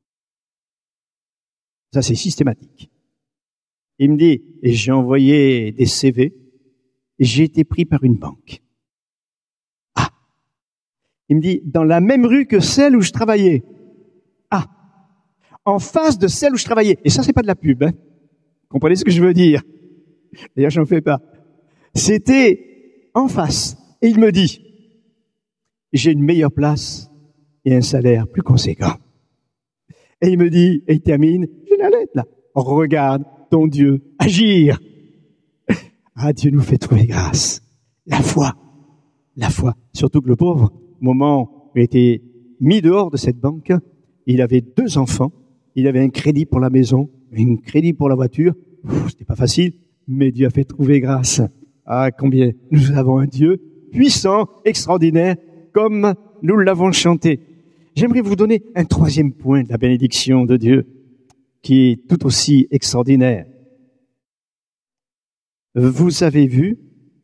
Ça, c'est systématique. Il me dit, et j'ai envoyé des C V, et j'ai été pris par une banque. Ah! Il me dit, dans la même rue que celle où je travaillais. Ah! En face de celle où je travaillais. Et ça, c'est pas de la pub, hein. Comprenez ce que je veux dire? D'ailleurs, j'en fais pas. C'était en face. Et il me dit, j'ai une meilleure place et un salaire plus conséquent. Et il me dit, et il termine, j'ai la lettre là. Regarde ton Dieu agir. Ah, Dieu nous fait trouver grâce. La foi. La foi. Surtout que le pauvre, au moment où il était mis dehors de cette banque, il avait deux enfants. Il avait un crédit pour la maison, un crédit pour la voiture. Ouf, c'était pas facile, mais Dieu a fait trouver grâce. Ah, combien nous avons un Dieu puissant, extraordinaire, comme nous l'avons chanté. j'aimerais vous donner un troisième point de la bénédiction de Dieu, qui est tout aussi extraordinaire. Vous avez vu,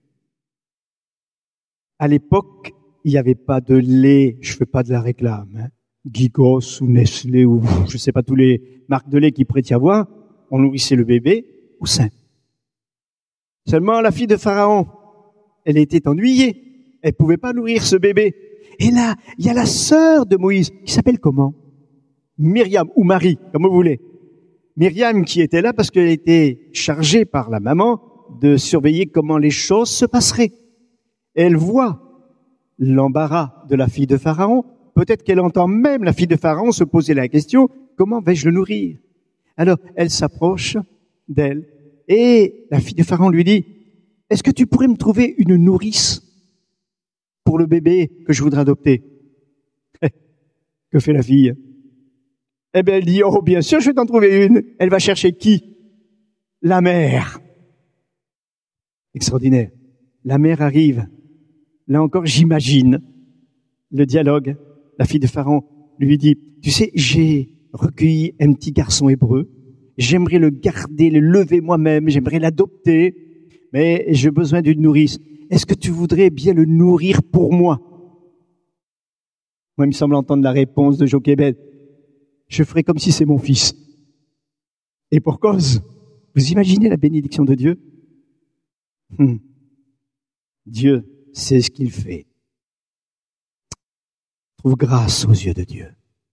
à l'époque, il n'y avait pas de lait, je fais pas de la réclame, hein, Gigos ou Nestlé ou je sais pas tous les marques de lait qui pourraient y avoir, on nourrissait le bébé au sein. Seulement la fille de Pharaon, elle était ennuyée, elle pouvait pas nourrir ce bébé. Et là, il y a la sœur de Moïse, qui s'appelle comment? Myriam ou Marie, comme vous voulez. Myriam qui était là parce qu'elle était chargée par la maman de surveiller comment les choses se passeraient. Elle voit l'embarras de la fille de Pharaon. Peut-être qu'elle entend même la fille de Pharaon se poser la question, comment vais-je le nourrir? Alors, elle s'approche d'elle et la fille de Pharaon lui dit, est-ce que tu pourrais me trouver une nourrice pour le bébé que je voudrais adopter? Que fait la fille? Eh bien, elle dit, oh, bien sûr, je vais t'en trouver une. Elle va chercher qui? La mère. Extraordinaire. La mère arrive. Là encore, j'imagine le dialogue. La fille de Pharaon lui dit, tu sais, j'ai recueilli un petit garçon hébreu. J'aimerais le garder, le lever moi-même. J'aimerais l'adopter. Mais j'ai besoin d'une nourrice. Est-ce que tu voudrais bien le nourrir pour moi? Moi, il me semble entendre la réponse de Jochebed. Je ferai comme si c'est mon fils. Et pour cause, vous imaginez la bénédiction de Dieu? Hum. Dieu sait ce qu'il fait. Trouve grâce aux yeux de Dieu.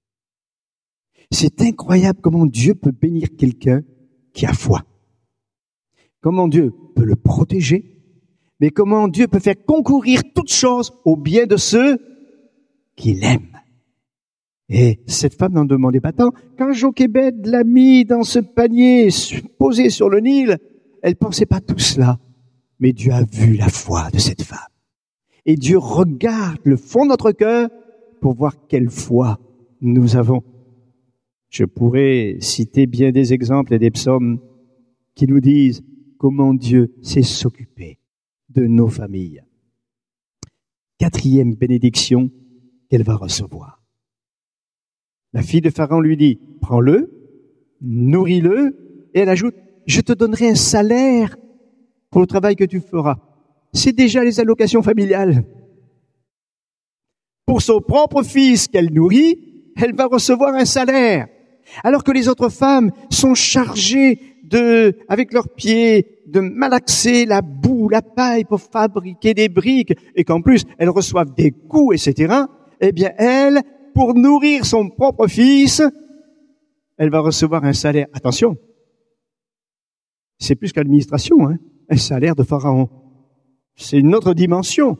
C'est incroyable comment Dieu peut bénir quelqu'un qui a foi. Comment Dieu peut le protéger, mais comment Dieu peut faire concourir toutes choses au bien de ceux qu'il aime. Et cette femme n'en demandait pas tant. Quand Jochebed l'a mis dans ce panier posé sur le Nil, elle pensait pas tout cela. Mais Dieu a vu la foi de cette femme. Et Dieu regarde le fond de notre cœur pour voir quelle foi nous avons. Je pourrais citer bien des exemples et des psaumes qui nous disent comment Dieu sait s'occuper de nos familles. Quatrième bénédiction qu'elle va recevoir. La fille de Pharaon lui dit, prends-le, nourris-le, et elle ajoute, je te donnerai un salaire pour le travail que tu feras. C'est déjà les allocations familiales. Pour son propre fils qu'elle nourrit, elle va recevoir un salaire. Alors que les autres femmes sont chargées de, avec leurs pieds, de malaxer la boue, la paille pour fabriquer des briques, et qu'en plus, elles reçoivent des coups, et cetera, eh bien, elle, pour nourrir son propre fils, elle va recevoir un salaire. Attention, c'est plus qu'administration, hein, un salaire de Pharaon. C'est une autre dimension.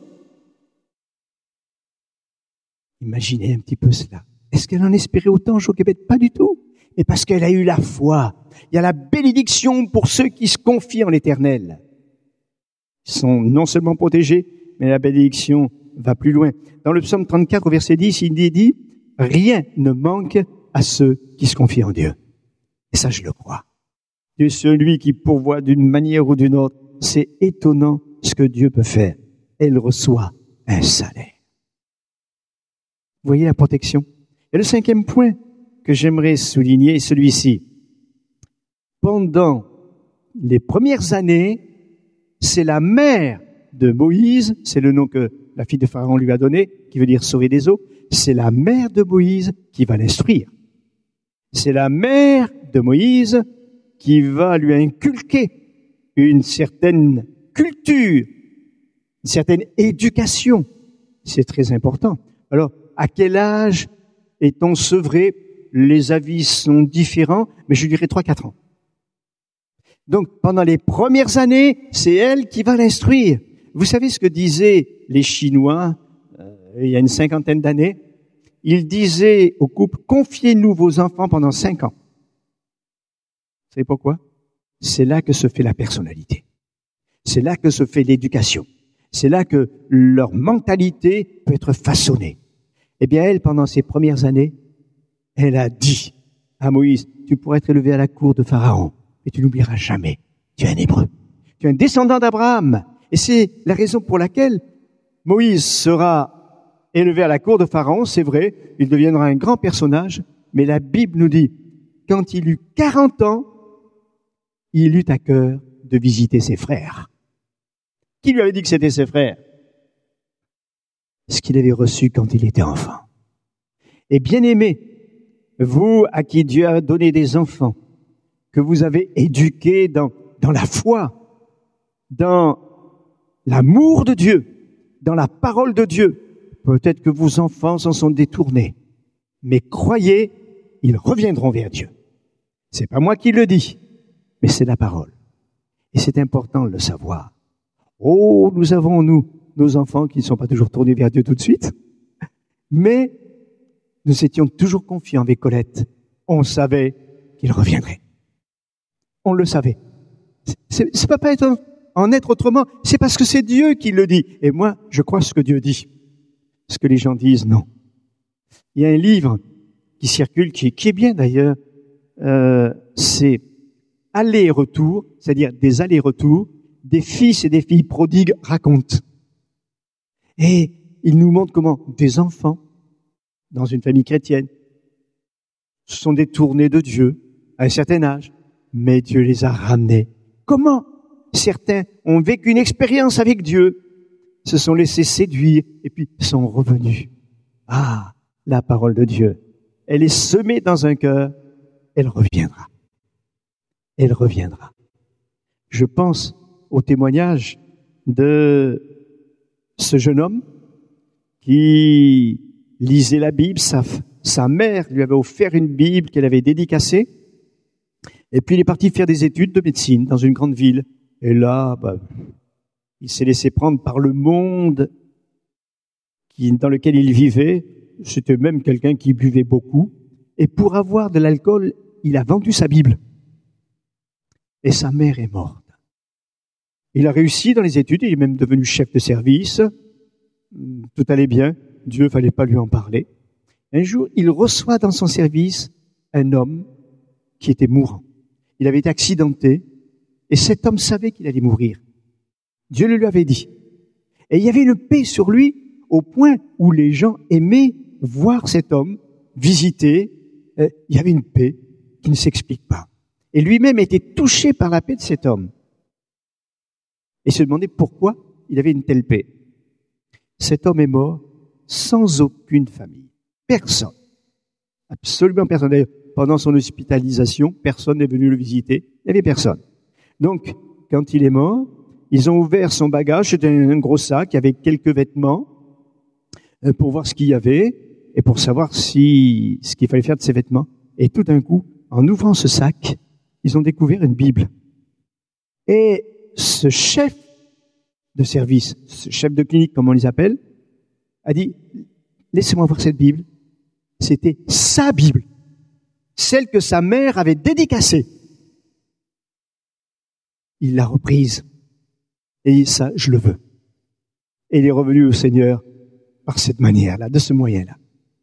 Imaginez un petit peu cela. Est-ce qu'elle en espérait autant, Jochebed? Pas du tout. Et parce qu'elle a eu la foi. Il y a la bénédiction pour ceux qui se confient en l'Éternel. Ils sont non seulement protégés, mais la bénédiction va plus loin. Dans le psaume trente-quatre, verset dix, il dit, « Rien ne manque à ceux qui se confient en Dieu. » Et ça, je le crois. Dieu est celui qui pourvoit d'une manière ou d'une autre. C'est étonnant ce que Dieu peut faire. Elle reçoit un salaire. Vous voyez la protection? Et le cinquième point que j'aimerais souligner est celui-ci. Pendant les premières années, c'est la mère de Moïse, c'est le nom que la fille de Pharaon lui a donné, qui veut dire sauver des eaux, c'est la mère de Moïse qui va l'instruire. C'est la mère de Moïse qui va lui inculquer une certaine culture, une certaine éducation. C'est très important. Alors, à quel âge est-on sevré? Les avis sont différents, mais je dirais trois quatre ans. Donc, pendant les premières années, c'est elle qui va l'instruire. Vous savez ce que disaient les Chinois euh, il y a une cinquantaine d'années? Ils disaient au couple, confiez-nous vos enfants pendant cinq ans. Vous savez pourquoi? C'est là que se fait la personnalité. C'est là que se fait l'éducation. C'est là que leur mentalité peut être façonnée. Eh bien, elle, pendant ses premières années, elle a dit à Moïse, tu pourrais être élevé à la cour de Pharaon, mais tu n'oublieras jamais, tu es un Hébreu. Tu es un descendant d'Abraham. Et c'est la raison pour laquelle Moïse sera élevé à la cour de Pharaon, c'est vrai, il deviendra un grand personnage, mais la Bible nous dit, quand il eut quarante ans, il eut à cœur de visiter ses frères. Qui lui avait dit que c'était ses frères? Ce qu'il avait reçu quand il était enfant. Et bien aimé, vous à qui Dieu a donné des enfants, que vous avez éduqués dans, dans la foi, dans l'amour de Dieu, dans la parole de Dieu, peut-être que vos enfants s'en sont détournés, mais croyez, ils reviendront vers Dieu. C'est pas moi qui le dis, mais c'est la parole. Et c'est important de le savoir. Oh, nous avons, nous, nos enfants qui ne sont pas toujours tournés vers Dieu tout de suite, mais nous étions toujours confiants avec Colette. On savait qu'il reviendrait. On le savait. C'est, c'est pas pas être, en être autrement, c'est parce que c'est Dieu qui le dit. Et moi, je crois ce que Dieu dit. Ce que les gens disent, non. Il y a un livre qui circule, qui, qui est bien d'ailleurs, euh, c'est aller-retour, c'est-à-dire des allers-retours, des fils et des filles prodigues racontent. Et il nous montre comment des enfants, dans une famille chrétienne, se sont détournés de Dieu à un certain âge, mais Dieu les a ramenés. Comment? Certains ont vécu une expérience avec Dieu, se sont laissés séduire et puis sont revenus. Ah, la parole de Dieu, elle est semée dans un cœur, elle reviendra. Elle reviendra. Je pense au témoignage de ce jeune homme qui lisait la Bible. Sa, sa mère lui avait offert une Bible qu'elle avait dédicacée. Et puis il est parti faire des études de médecine dans une grande ville. Et là, bah, il s'est laissé prendre par le monde qui, dans lequel il vivait. C'était même quelqu'un qui buvait beaucoup. Et pour avoir de l'alcool, il a vendu sa Bible. Et sa mère est morte. Il a réussi dans les études, il est même devenu chef de service. Tout allait bien, Dieu fallait pas lui en parler. Un jour, il reçoit dans son service un homme qui était mourant. Il avait été accidenté et cet homme savait qu'il allait mourir. Dieu le lui avait dit. Et il y avait une paix sur lui au point où les gens aimaient voir cet homme, visiter. Il y avait une paix qui ne s'explique pas. Et lui-même était touché par la paix de cet homme. Et se demandait pourquoi il avait une telle paix. Cet homme est mort sans aucune famille. Personne. Absolument personne. D'ailleurs, pendant son hospitalisation, personne n'est venu le visiter. Il n'y avait personne. Donc, quand il est mort, ils ont ouvert son bagage. C'était un gros sac avec quelques vêtements pour voir ce qu'il y avait et pour savoir si ce qu'il fallait faire de ces vêtements. Et tout d'un coup, en ouvrant ce sac, ils ont découvert une Bible. Et ce chef de service, ce chef de clinique, comme on les appelle, a dit, laissez-moi voir cette Bible. C'était sa Bible, celle que sa mère avait dédicacée. Il l'a reprise. Et il dit, ça, je le veux. Et il est revenu au Seigneur par cette manière-là, de ce moyen-là.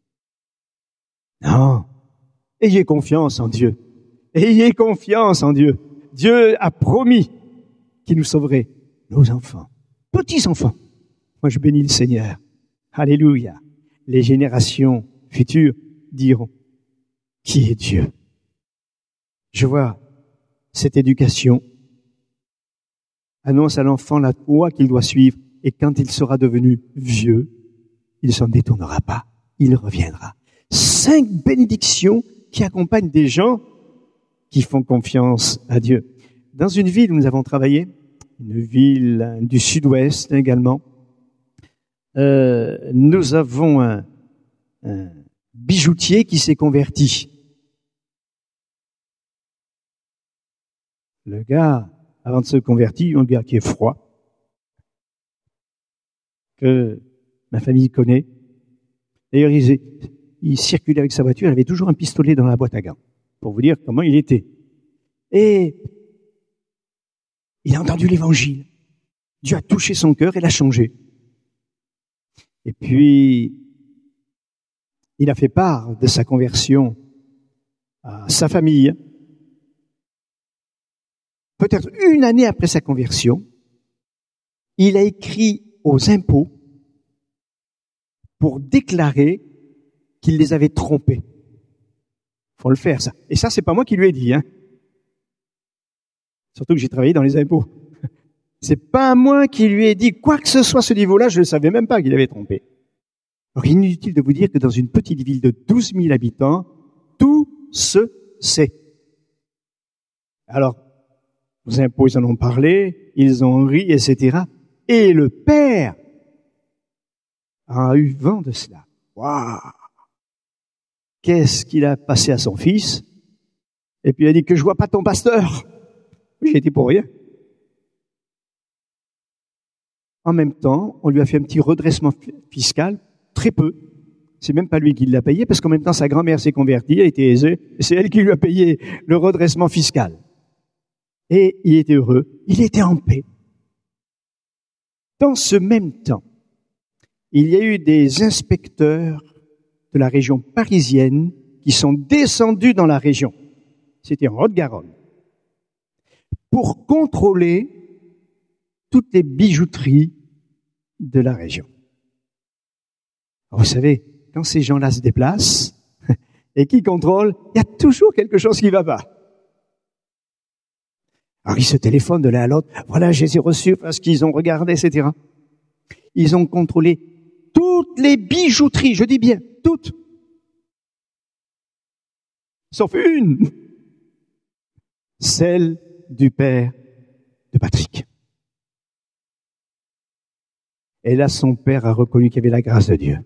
Non. Ayez confiance en Dieu. Ayez confiance en Dieu. Dieu a promis qu'il nous sauverait, nos enfants, petits-enfants. Moi, je bénis le Seigneur. Alléluia. Les générations futures diront, qui est Dieu? Je vois cette éducation annonce à l'enfant la voie qu'il doit suivre, et quand il sera devenu vieux, il ne s'en détournera pas, il reviendra. Cinq bénédictions qui accompagnent des gens qui font confiance à Dieu. Dans une ville où nous avons travaillé, une ville du sud-ouest également, euh, nous avons un, un bijoutier qui s'est converti. Le gars, avant de se convertir, un gars qui est froid, que ma famille connaît. D'ailleurs, il, il circulait avec sa voiture, il avait toujours un pistolet dans la boîte à gants, pour vous dire comment il était. Et il a entendu l'évangile. Dieu a touché son cœur et l'a changé. Et puis, il a fait part de sa conversion à sa famille. Peut-être une année après sa conversion, il a écrit aux impôts pour déclarer qu'il les avait trompés. Faut le faire, ça. Et ça, c'est pas moi qui lui ai dit, hein. Surtout que j'ai travaillé dans les impôts. C'est pas moi qui lui ai dit quoi que ce soit à ce niveau-là, je ne savais même pas qu'il avait trompé. Alors, inutile de vous dire que dans une petite ville de douze mille habitants, tout se sait. Alors, aux impôts, ils en ont parlé, ils ont ri, et cetera. Et le père a eu vent de cela. Waouh! Qu'est-ce qu'il a passé à son fils? Et puis il a dit que je vois pas ton pasteur. Oui, j'ai été pour rien. En même temps, on lui a fait un petit redressement fiscal, très peu. C'est même pas lui qui l'a payé, parce qu'en même temps, sa grand-mère s'est convertie, elle était aisée, et c'est elle qui lui a payé le redressement fiscal. Et il était heureux, il était en paix. Dans ce même temps, il y a eu des inspecteurs de la région parisienne qui sont descendus dans la région. C'était en Haute-Garonne. Pour contrôler toutes les bijouteries de la région. Alors, vous savez, quand ces gens-là se déplacent et qui contrôlent, il y a toujours quelque chose qui va pas. Alors, ils se téléphonent de l'un à l'autre. Voilà, je les ai reçus parce qu'ils ont regardé, et cetera. Ils ont contrôlé toutes les bijouteries, je dis bien, toutes. Sauf une. Celle du père de Patrick. Et là, son père a reconnu qu'il y avait la grâce de Dieu.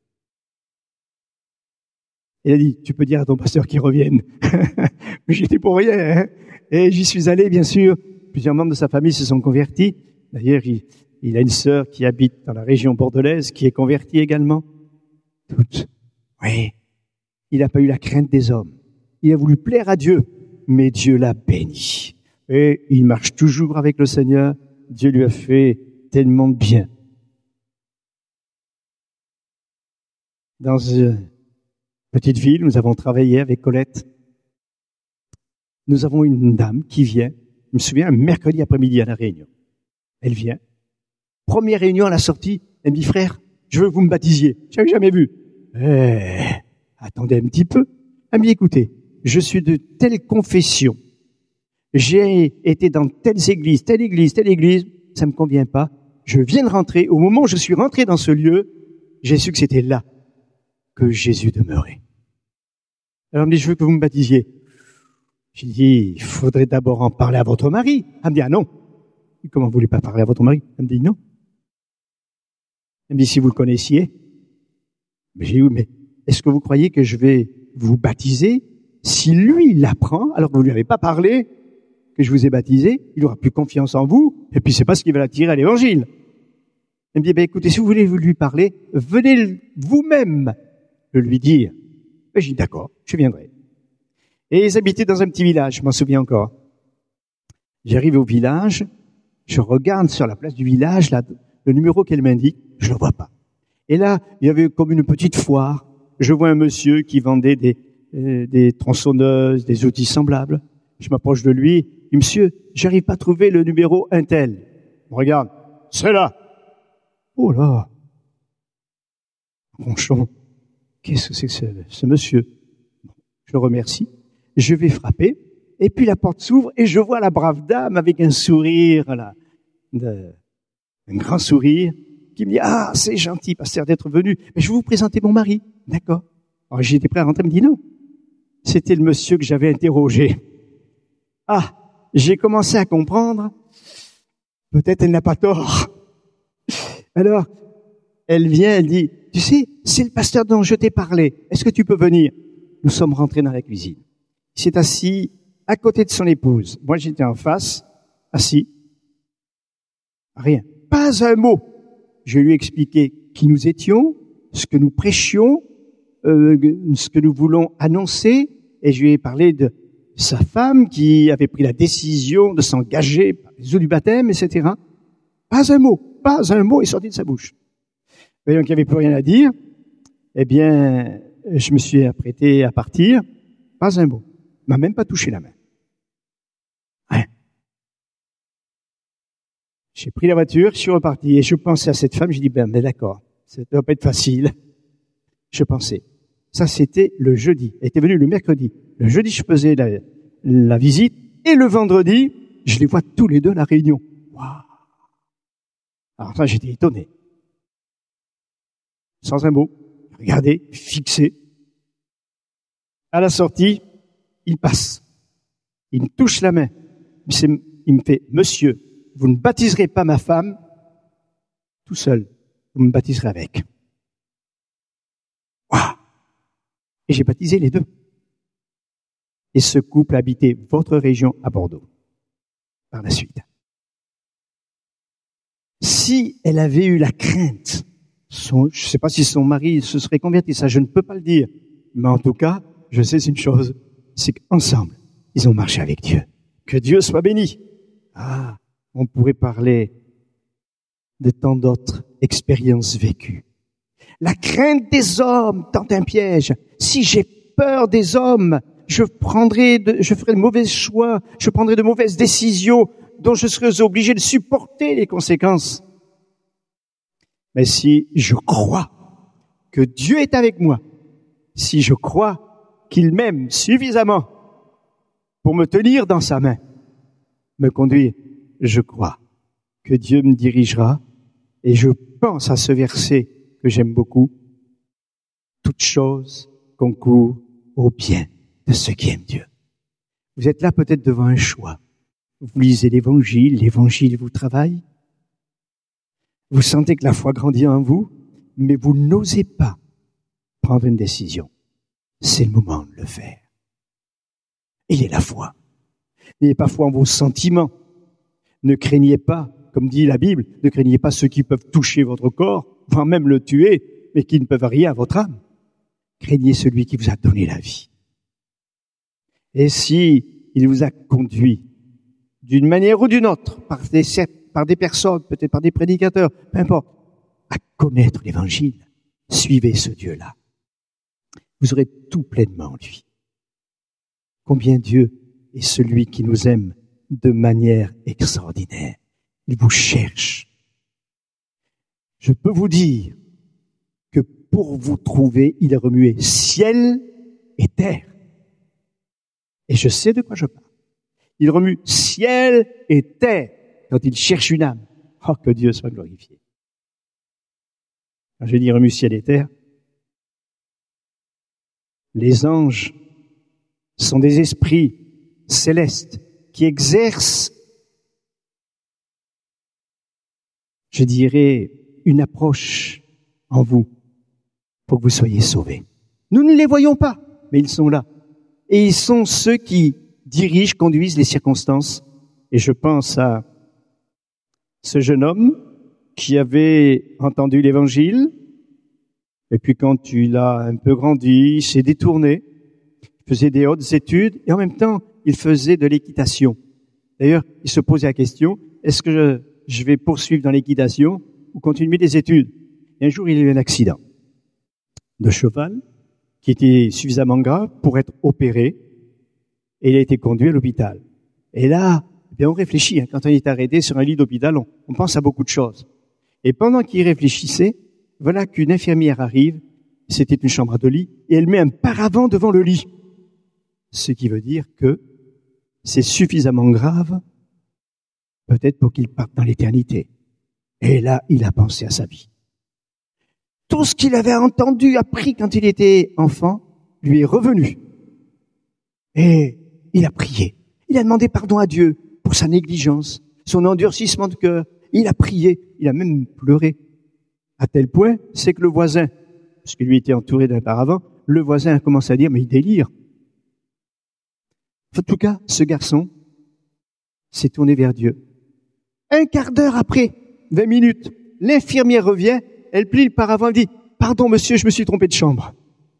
Il a dit, tu peux dire à ton pasteur qu'il revienne. Mais j'étais pour rien, hein. Et j'y suis allé, bien sûr. Plusieurs membres de sa famille se sont convertis. D'ailleurs, il, il a une sœur qui habite dans la région bordelaise, qui est convertie également. Toutes. Oui. Il n'a pas eu la crainte des hommes. Il a voulu plaire à Dieu, mais Dieu l'a béni. Et il marche toujours avec le Seigneur. Dieu lui a fait tellement de bien. Dans une petite ville, nous avons travaillé avec Colette. Nous avons une dame qui vient, je me souviens, un mercredi après-midi à la réunion. Elle vient. Première réunion à la sortie, elle me dit, frère, je veux que vous me baptisiez. Je n'avais jamais vu. Eh, attendez un petit peu. Elle me dit, écoutez, je suis de telle confession. J'ai été dans telles églises, telle église, telle église. Ça me convient pas. Je viens de rentrer. Au moment où je suis rentré dans ce lieu, j'ai su que c'était là que Jésus demeurait. Alors elle me dit, je veux que vous me baptisiez. J'ai dit, il faudrait d'abord en parler à votre mari. Elle me dit, ah non. Et comment vous voulez pas parler à votre mari? Elle me dit, non. Elle me dit, si vous le connaissiez. Mais j'ai dit, oui, mais est-ce que vous croyez que je vais vous baptiser si lui l'apprend, alors que vous lui avez pas parlé, que je vous ai baptisé, il aura plus confiance en vous, et puis c'est pas ce qui va l'attirer à l'évangile. Elle me dit, ben écoutez, si vous voulez lui parler, venez vous-même le lui dire. Ben, j'ai dit, d'accord, je viendrai. Et ils habitaient dans un petit village, je m'en souviens encore. J'arrive au village, je regarde sur la place du village, là, le numéro qu'elle m'indique, je le vois pas. Et là, il y avait comme une petite foire. Je vois un monsieur qui vendait des, euh, des tronçonneuses, des outils semblables. Je m'approche de lui. Il dit, monsieur, j'arrive pas à trouver le numéro un tel. Regarde, c'est là. Oh là. Ronchon, qu'est-ce que c'est que ce, ce monsieur? Je le remercie. Je vais frapper. Et puis la porte s'ouvre et je vois la brave dame avec un sourire, là, de, un grand sourire, qui me dit, ah, c'est gentil, pasteur, d'être venu. Mais je vais vous présenter mon mari. D'accord. Alors j'étais prêt à rentrer, elle me dit non. C'était le monsieur que j'avais interrogé. Ah, j'ai commencé à comprendre. Peut-être elle n'a pas tort. Alors, elle vient, elle dit, tu sais, c'est le pasteur dont je t'ai parlé. Est-ce que tu peux venir? Nous sommes rentrés dans la cuisine. Il s'est assis à côté de son épouse. Moi, j'étais en face, assis. Rien. Pas un mot. Je lui ai expliqué qui nous étions, ce que nous prêchions, euh, ce que nous voulons annoncer, et je lui ai parlé de sa femme qui avait pris la décision de s'engager par les eaux du baptême, et cetera. Pas un mot, pas un mot est sorti de sa bouche. Voyant qu'il n'y avait plus rien à dire, eh bien, je me suis apprêté à partir. Pas un mot. Il m'a même pas touché la main. Rien. J'ai pris la voiture, je suis reparti, et je pensais à cette femme, j'ai dit, ben, ben d'accord. Ça ne doit pas être facile. Je pensais. Ça, c'était le jeudi. Elle était venue le mercredi. Le jeudi, je faisais la, la visite. Et le vendredi, je les vois tous les deux à la réunion. Waouh! Alors ça, j'étais étonné. Sans un mot. Regardez, fixé. À la sortie, il passe. Il me touche la main. Il me fait, monsieur, vous ne baptiserez pas ma femme tout seul. Vous me baptiserez avec. Waouh! Et j'ai baptisé les deux. Et ce couple habitait votre région à Bordeaux. Par la suite. Si elle avait eu la crainte, son, je ne sais pas si son mari se serait converti, ça je ne peux pas le dire. Mais en tout cas, je sais une chose, c'est qu'ensemble, ils ont marché avec Dieu. Que Dieu soit béni. Ah, on pourrait parler de tant d'autres expériences vécues. La crainte des hommes tente un piège. Si j'ai peur des hommes, je prendrai de, je ferai de mauvais choix, je prendrai de mauvaises décisions dont je serai obligé de supporter les conséquences. Mais si je crois que Dieu est avec moi, si je crois qu'il m'aime suffisamment pour me tenir dans sa main, me conduire, je crois que Dieu me dirigera et je pense à ce verset que j'aime beaucoup. Toute chose concourt au bien de ceux qui aiment Dieu. Vous êtes là peut-être devant un choix. Vous lisez l'Évangile, l'Évangile vous travaille. Vous sentez que la foi grandit en vous, mais vous n'osez pas prendre une décision. C'est le moment de le faire. Ayez la foi. N'ayez pas foi en vos sentiments. Ne craignez pas, comme dit la Bible, ne craignez pas ceux qui peuvent toucher votre corps, voire même le tuer, mais qui ne peuvent rien à votre âme. Craignez celui qui vous a donné la vie. Et si il vous a conduit d'une manière ou d'une autre, par des, par des personnes, peut-être par des prédicateurs, peu importe, à connaître l'Évangile, suivez ce Dieu-là. Vous aurez tout pleinement en lui. Combien Dieu est celui qui nous aime de manière extraordinaire. Il vous cherche. Je peux vous dire que pour vous trouver, il a remué ciel et terre. Et je sais de quoi je parle. Il remue ciel et terre quand il cherche une âme. Oh, que Dieu soit glorifié. Quand je dis remue ciel et terre, les anges sont des esprits célestes qui exercent, je dirais, une approche en vous pour que vous soyez sauvés. Nous ne les voyons pas, mais ils sont là. Et ils sont ceux qui dirigent, conduisent les circonstances. Et je pense à ce jeune homme qui avait entendu l'Évangile, et puis quand il a un peu grandi, il s'est détourné, il faisait des hautes études, et en même temps, il faisait de l'équitation. D'ailleurs, il se posait la question, est-ce que je, je vais poursuivre dans l'équitation ou continuer des études? Et un jour, il a eu un accident de cheval qui était suffisamment grave pour être opéré, et il a été conduit à l'hôpital. Et là, eh bien, on réfléchit, hein, quand on est arrêté sur un lit d'hôpital, on, on pense à beaucoup de choses. Et pendant qu'il réfléchissait, voilà qu'une infirmière arrive, c'était une chambre de lit, et elle met un paravent devant le lit. Ce qui veut dire que c'est suffisamment grave, peut-être pour qu'il parte dans l'éternité. Et là, il a pensé à sa vie. Tout ce qu'il avait entendu, appris quand il était enfant, lui est revenu. Et il a prié. Il a demandé pardon à Dieu pour sa négligence, son endurcissement de cœur. Il a prié, il a même pleuré. À tel point, c'est que le voisin, parce qu'il lui était entouré d'un paravent, le voisin a commencé à dire, mais il délire. En tout cas, ce garçon s'est tourné vers Dieu. Un quart d'heure après, vingt minutes, l'infirmière revient, elle plie le paravent, elle dit, pardon monsieur, je me suis trompé de chambre.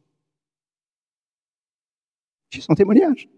J'ai son témoignage.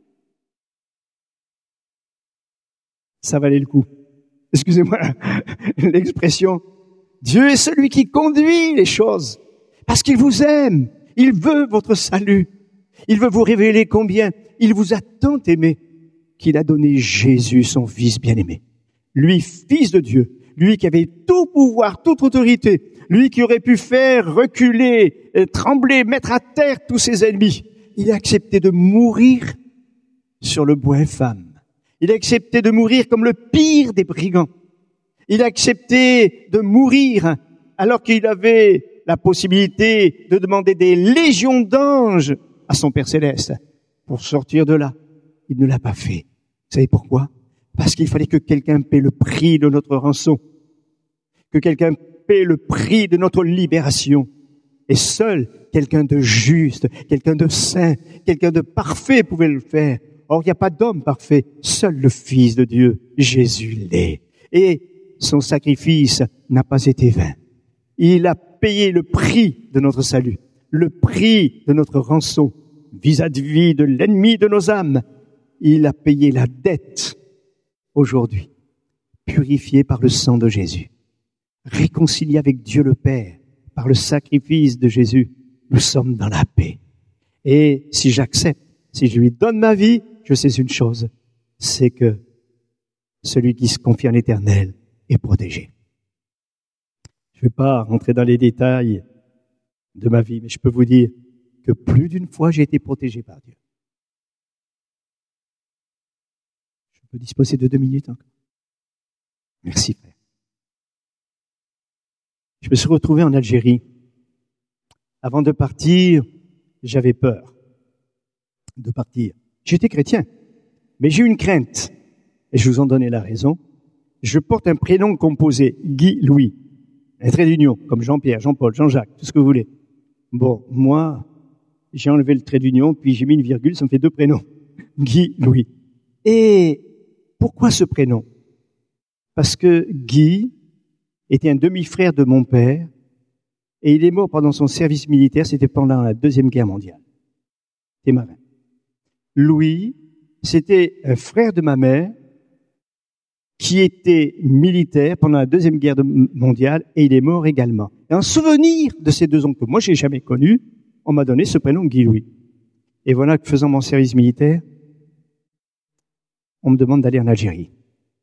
Ça valait le coup. Excusez-moi l'expression. Dieu est celui qui conduit les choses. Parce qu'il vous aime. Il veut votre salut. Il veut vous révéler combien il vous a tant aimé qu'il a donné Jésus, son Fils bien-aimé. Lui, Fils de Dieu. lui qui avait tout pouvoir, toute autorité, lui qui aurait pu faire reculer, trembler, mettre à terre tous ses ennemis. Il a accepté de mourir sur le bois infâme. Il a accepté de mourir comme le pire des brigands. Il a accepté de mourir alors qu'il avait la possibilité de demander des légions d'anges à son Père Céleste pour sortir de là. Il ne l'a pas fait. Vous savez pourquoi? Parce qu'il fallait que quelqu'un paie le prix de notre rançon, que quelqu'un paie le prix de notre libération. Et seul quelqu'un de juste, quelqu'un de saint, quelqu'un de parfait pouvait le faire. Or, il n'y a pas d'homme parfait, seul le Fils de Dieu, Jésus l'est. Et son sacrifice n'a pas été vain. Il a payé le prix de notre salut, le prix de notre rançon, vis-à-vis de l'ennemi de nos âmes. Il a payé la dette aujourd'hui, purifié par le sang de Jésus, réconcilié avec Dieu le Père par le sacrifice de Jésus. Nous sommes dans la paix. Et si j'accepte, si je lui donne ma vie, je sais une chose, c'est que celui qui se confie en l'Éternel est protégé. Je ne vais pas rentrer dans les détails de ma vie, mais je peux vous dire que plus d'une fois j'ai été protégé par Dieu. Je peux disposer de deux minutes encore. Merci, frère. Je me suis retrouvé en Algérie. Avant de partir, j'avais peur de partir. J'étais chrétien, mais j'ai eu une crainte. Et je vous en donnais la raison. Je porte un prénom composé, Guy Louis. Un trait d'union, comme Jean-Pierre, Jean-Paul, Jean-Jacques, tout ce que vous voulez. Bon, moi, j'ai enlevé le trait d'union, puis j'ai mis une virgule, ça me fait deux prénoms. Guy Louis. Et pourquoi ce prénom? Parce que Guy était un demi-frère de mon père, et il est mort pendant son service militaire, c'était pendant la Deuxième Guerre mondiale. C'était marin. Louis, c'était un frère de ma mère, qui était militaire pendant la Deuxième Guerre mondiale, et il est mort également. Et en souvenir de ces deux oncles que moi j'ai jamais connus, on m'a donné ce prénom Guy Louis. Et voilà que faisant mon service militaire, on me demande d'aller en Algérie.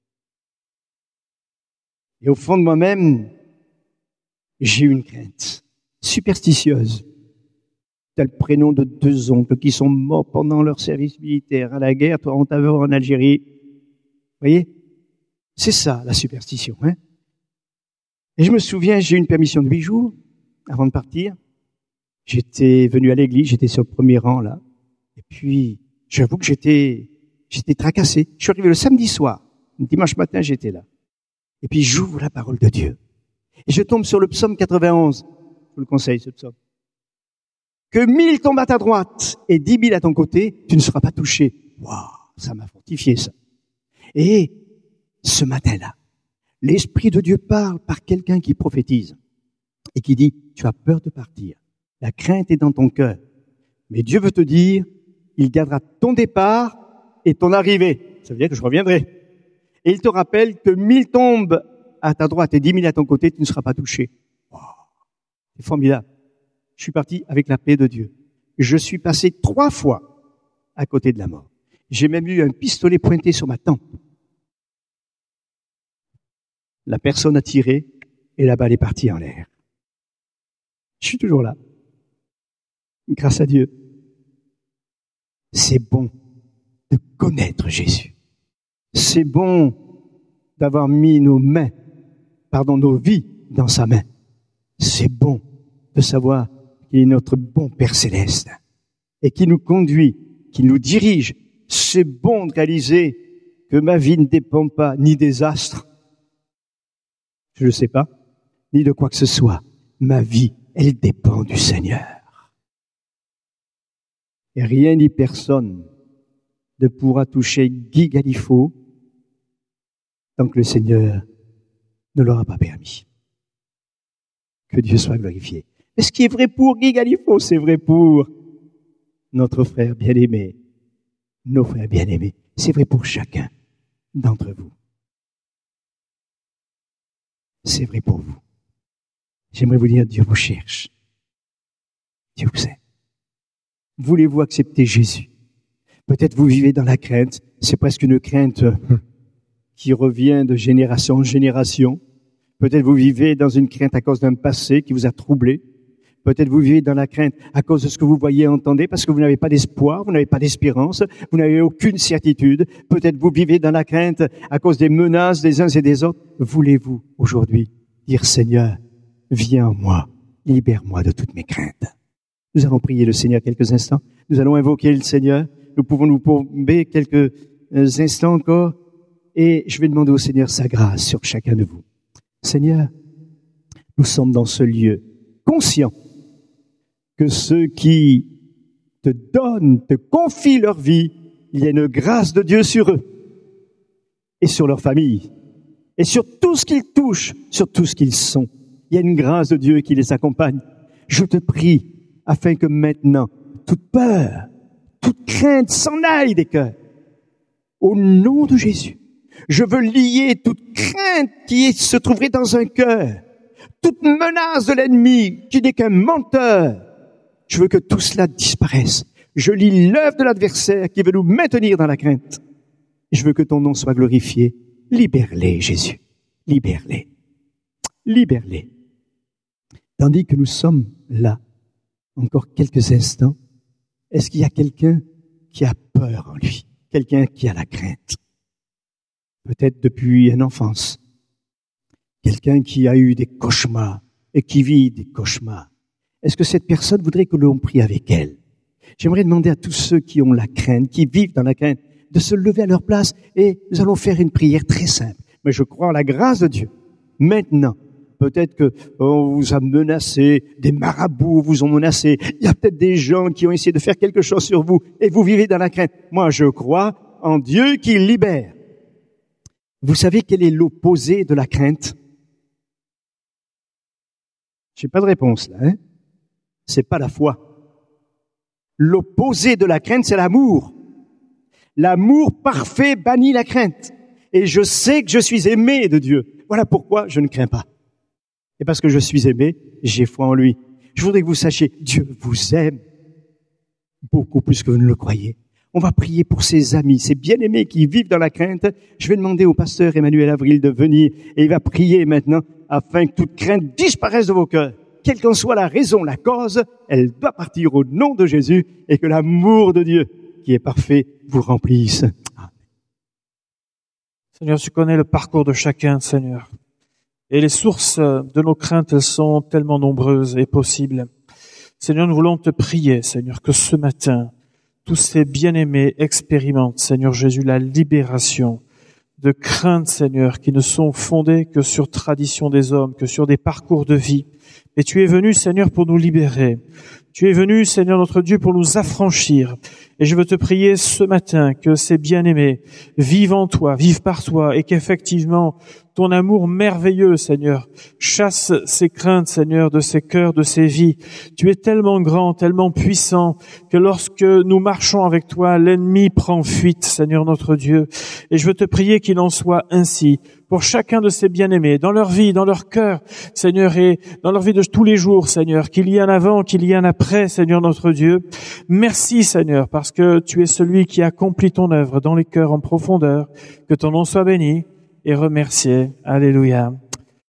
Et au fond de moi-même, j'ai eu une crainte superstitieuse. Tel prénom de deux oncles qui sont morts pendant leur service militaire à la guerre, toi on t'avait en Algérie. Vous voyez? C'est ça, la superstition, hein? Et je me souviens, j'ai eu une permission de huit jours avant de partir. J'étais venu à l'église, j'étais sur le premier rang, là. Et puis, j'avoue que j'étais, j'étais tracassé. Je suis arrivé le samedi soir. Le dimanche matin, j'étais là. Et puis, j'ouvre la parole de Dieu. Et je tombe sur le psaume quatre-vingt-onze. Je vous le conseille, ce psaume. Que mille tombent à ta droite et dix mille à ton côté, tu ne seras pas touché. Waouh, ça m'a fortifié, ça. Et ce matin-là, l'Esprit de Dieu parle par quelqu'un qui prophétise et qui dit, tu as peur de partir. La crainte est dans ton cœur. Mais Dieu veut te dire, il gardera ton départ et ton arrivée. Ça veut dire que je reviendrai. Et il te rappelle que mille tombent à ta droite et dix mille à ton côté, tu ne seras pas touché. Wow, c'est formidable. Je suis parti avec la paix de Dieu. Je suis passé trois fois à côté de la mort. J'ai même eu un pistolet pointé sur ma tempe. La personne a tiré et la balle est partie en l'air. Je suis toujours là. Grâce à Dieu. C'est bon de connaître Jésus. C'est bon d'avoir mis nos mains, pardon, nos vies dans sa main. C'est bon de savoir qu'il est notre bon Père Céleste et qui nous conduit, qui nous dirige. C'est bon de réaliser que ma vie ne dépend pas ni des astres, je ne sais pas, ni de quoi que ce soit. Ma vie, elle dépend du Seigneur. Et rien ni personne ne pourra toucher Guy Galifot tant que le Seigneur ne l'aura pas permis. Que Dieu soit glorifié. Et ce qui est vrai pour Guy Galifot, c'est vrai pour notre frère bien-aimé, nos frères bien-aimés. C'est vrai pour chacun d'entre vous. C'est vrai pour vous. J'aimerais vous dire, Dieu vous cherche. Dieu vous aime. Voulez-vous accepter Jésus? Peut-être vous vivez dans la crainte. C'est presque une crainte qui revient de génération en génération. Peut-être vous vivez dans une crainte à cause d'un passé qui vous a troublé. Peut-être vous vivez dans la crainte à cause de ce que vous voyez et entendez parce que vous n'avez pas d'espoir, vous n'avez pas d'espérance, vous n'avez aucune certitude. Peut-être vous vivez dans la crainte à cause des menaces des uns et des autres. Voulez-vous aujourd'hui dire, Seigneur, viens en moi, libère-moi de toutes mes craintes. Nous allons prier le Seigneur quelques instants. Nous allons invoquer le Seigneur. Nous pouvons nous tomber quelques instants encore et je vais demander au Seigneur sa grâce sur chacun de vous. Seigneur, nous sommes dans ce lieu conscients que ceux qui te donnent, te confient leur vie, il y a une grâce de Dieu sur eux et sur leur famille et sur tout ce qu'ils touchent, sur tout ce qu'ils sont. Il y a une grâce de Dieu qui les accompagne. Je te prie afin que maintenant, toute peur, toute crainte s'en aille des cœurs. Au nom de Jésus, je veux lier toute crainte qui se trouverait dans un cœur, toute menace de l'ennemi qui n'est qu'un menteur. Je veux que tout cela disparaisse. Je lis l'œuvre de l'adversaire qui veut nous maintenir dans la crainte. Je veux que ton nom soit glorifié. Libère-les, Jésus. Libère-les. Libère-les. Tandis que nous sommes là, encore quelques instants, est-ce qu'il y a quelqu'un qui a peur en lui? Quelqu'un qui a la crainte? Peut-être depuis une enfance. Quelqu'un qui a eu des cauchemars et qui vit des cauchemars. Est-ce que cette personne voudrait que l'on prie avec elle? J'aimerais demander à tous ceux qui ont la crainte, qui vivent dans la crainte, de se lever à leur place et nous allons faire une prière très simple. Mais je crois en la grâce de Dieu. Maintenant, peut-être que on vous a menacé, des marabouts vous ont menacé, il y a peut-être des gens qui ont essayé de faire quelque chose sur vous et vous vivez dans la crainte. Moi, je crois en Dieu qui libère. Vous savez quel est l'opposé de la crainte? J'ai pas de réponse là, hein? C'est pas la foi. L'opposé de la crainte, c'est l'amour. L'amour parfait bannit la crainte. Et je sais que je suis aimé de Dieu. Voilà pourquoi je ne crains pas. Et parce que je suis aimé, j'ai foi en lui. Je voudrais que vous sachiez, Dieu vous aime beaucoup plus que vous ne le croyez. On va prier pour ses amis, ses bien-aimés qui vivent dans la crainte. Je vais demander au pasteur Emmanuel Avril de venir et il va prier maintenant afin que toute crainte disparaisse de vos cœurs. Quelle qu'en soit la raison, la cause, elle doit partir au nom de Jésus et que l'amour de Dieu, qui est parfait, vous remplisse. Amen. Seigneur, tu connais le parcours de chacun, Seigneur. Et les sources de nos craintes, elles sont tellement nombreuses et possibles. Seigneur, nous voulons te prier, Seigneur, que ce matin, tous ces bien-aimés expérimentent, Seigneur Jésus, la libération de craintes, Seigneur, qui ne sont fondées que sur tradition des hommes, que sur des parcours de vie. Et tu es venu, Seigneur, pour nous libérer. Tu es venu, Seigneur notre Dieu, pour nous affranchir. Et je veux te prier ce matin que ces bien-aimés vivent en toi, vivent par toi, et qu'effectivement, ton amour merveilleux, Seigneur, chasse ces craintes, Seigneur, de ces cœurs, de ces vies. Tu es tellement grand, tellement puissant, que lorsque nous marchons avec toi, l'ennemi prend fuite, Seigneur notre Dieu. Et je veux te prier qu'il en soit ainsi pour chacun de ces bien-aimés, dans leur vie, dans leur cœur, Seigneur, et dans leur vie de tous les jours, Seigneur, qu'il y ait un avant, qu'il y ait un après, Seigneur notre Dieu. Merci, Seigneur, parce que tu es celui qui accomplit ton œuvre dans les cœurs en profondeur. Que ton nom soit béni et remercié. Alléluia.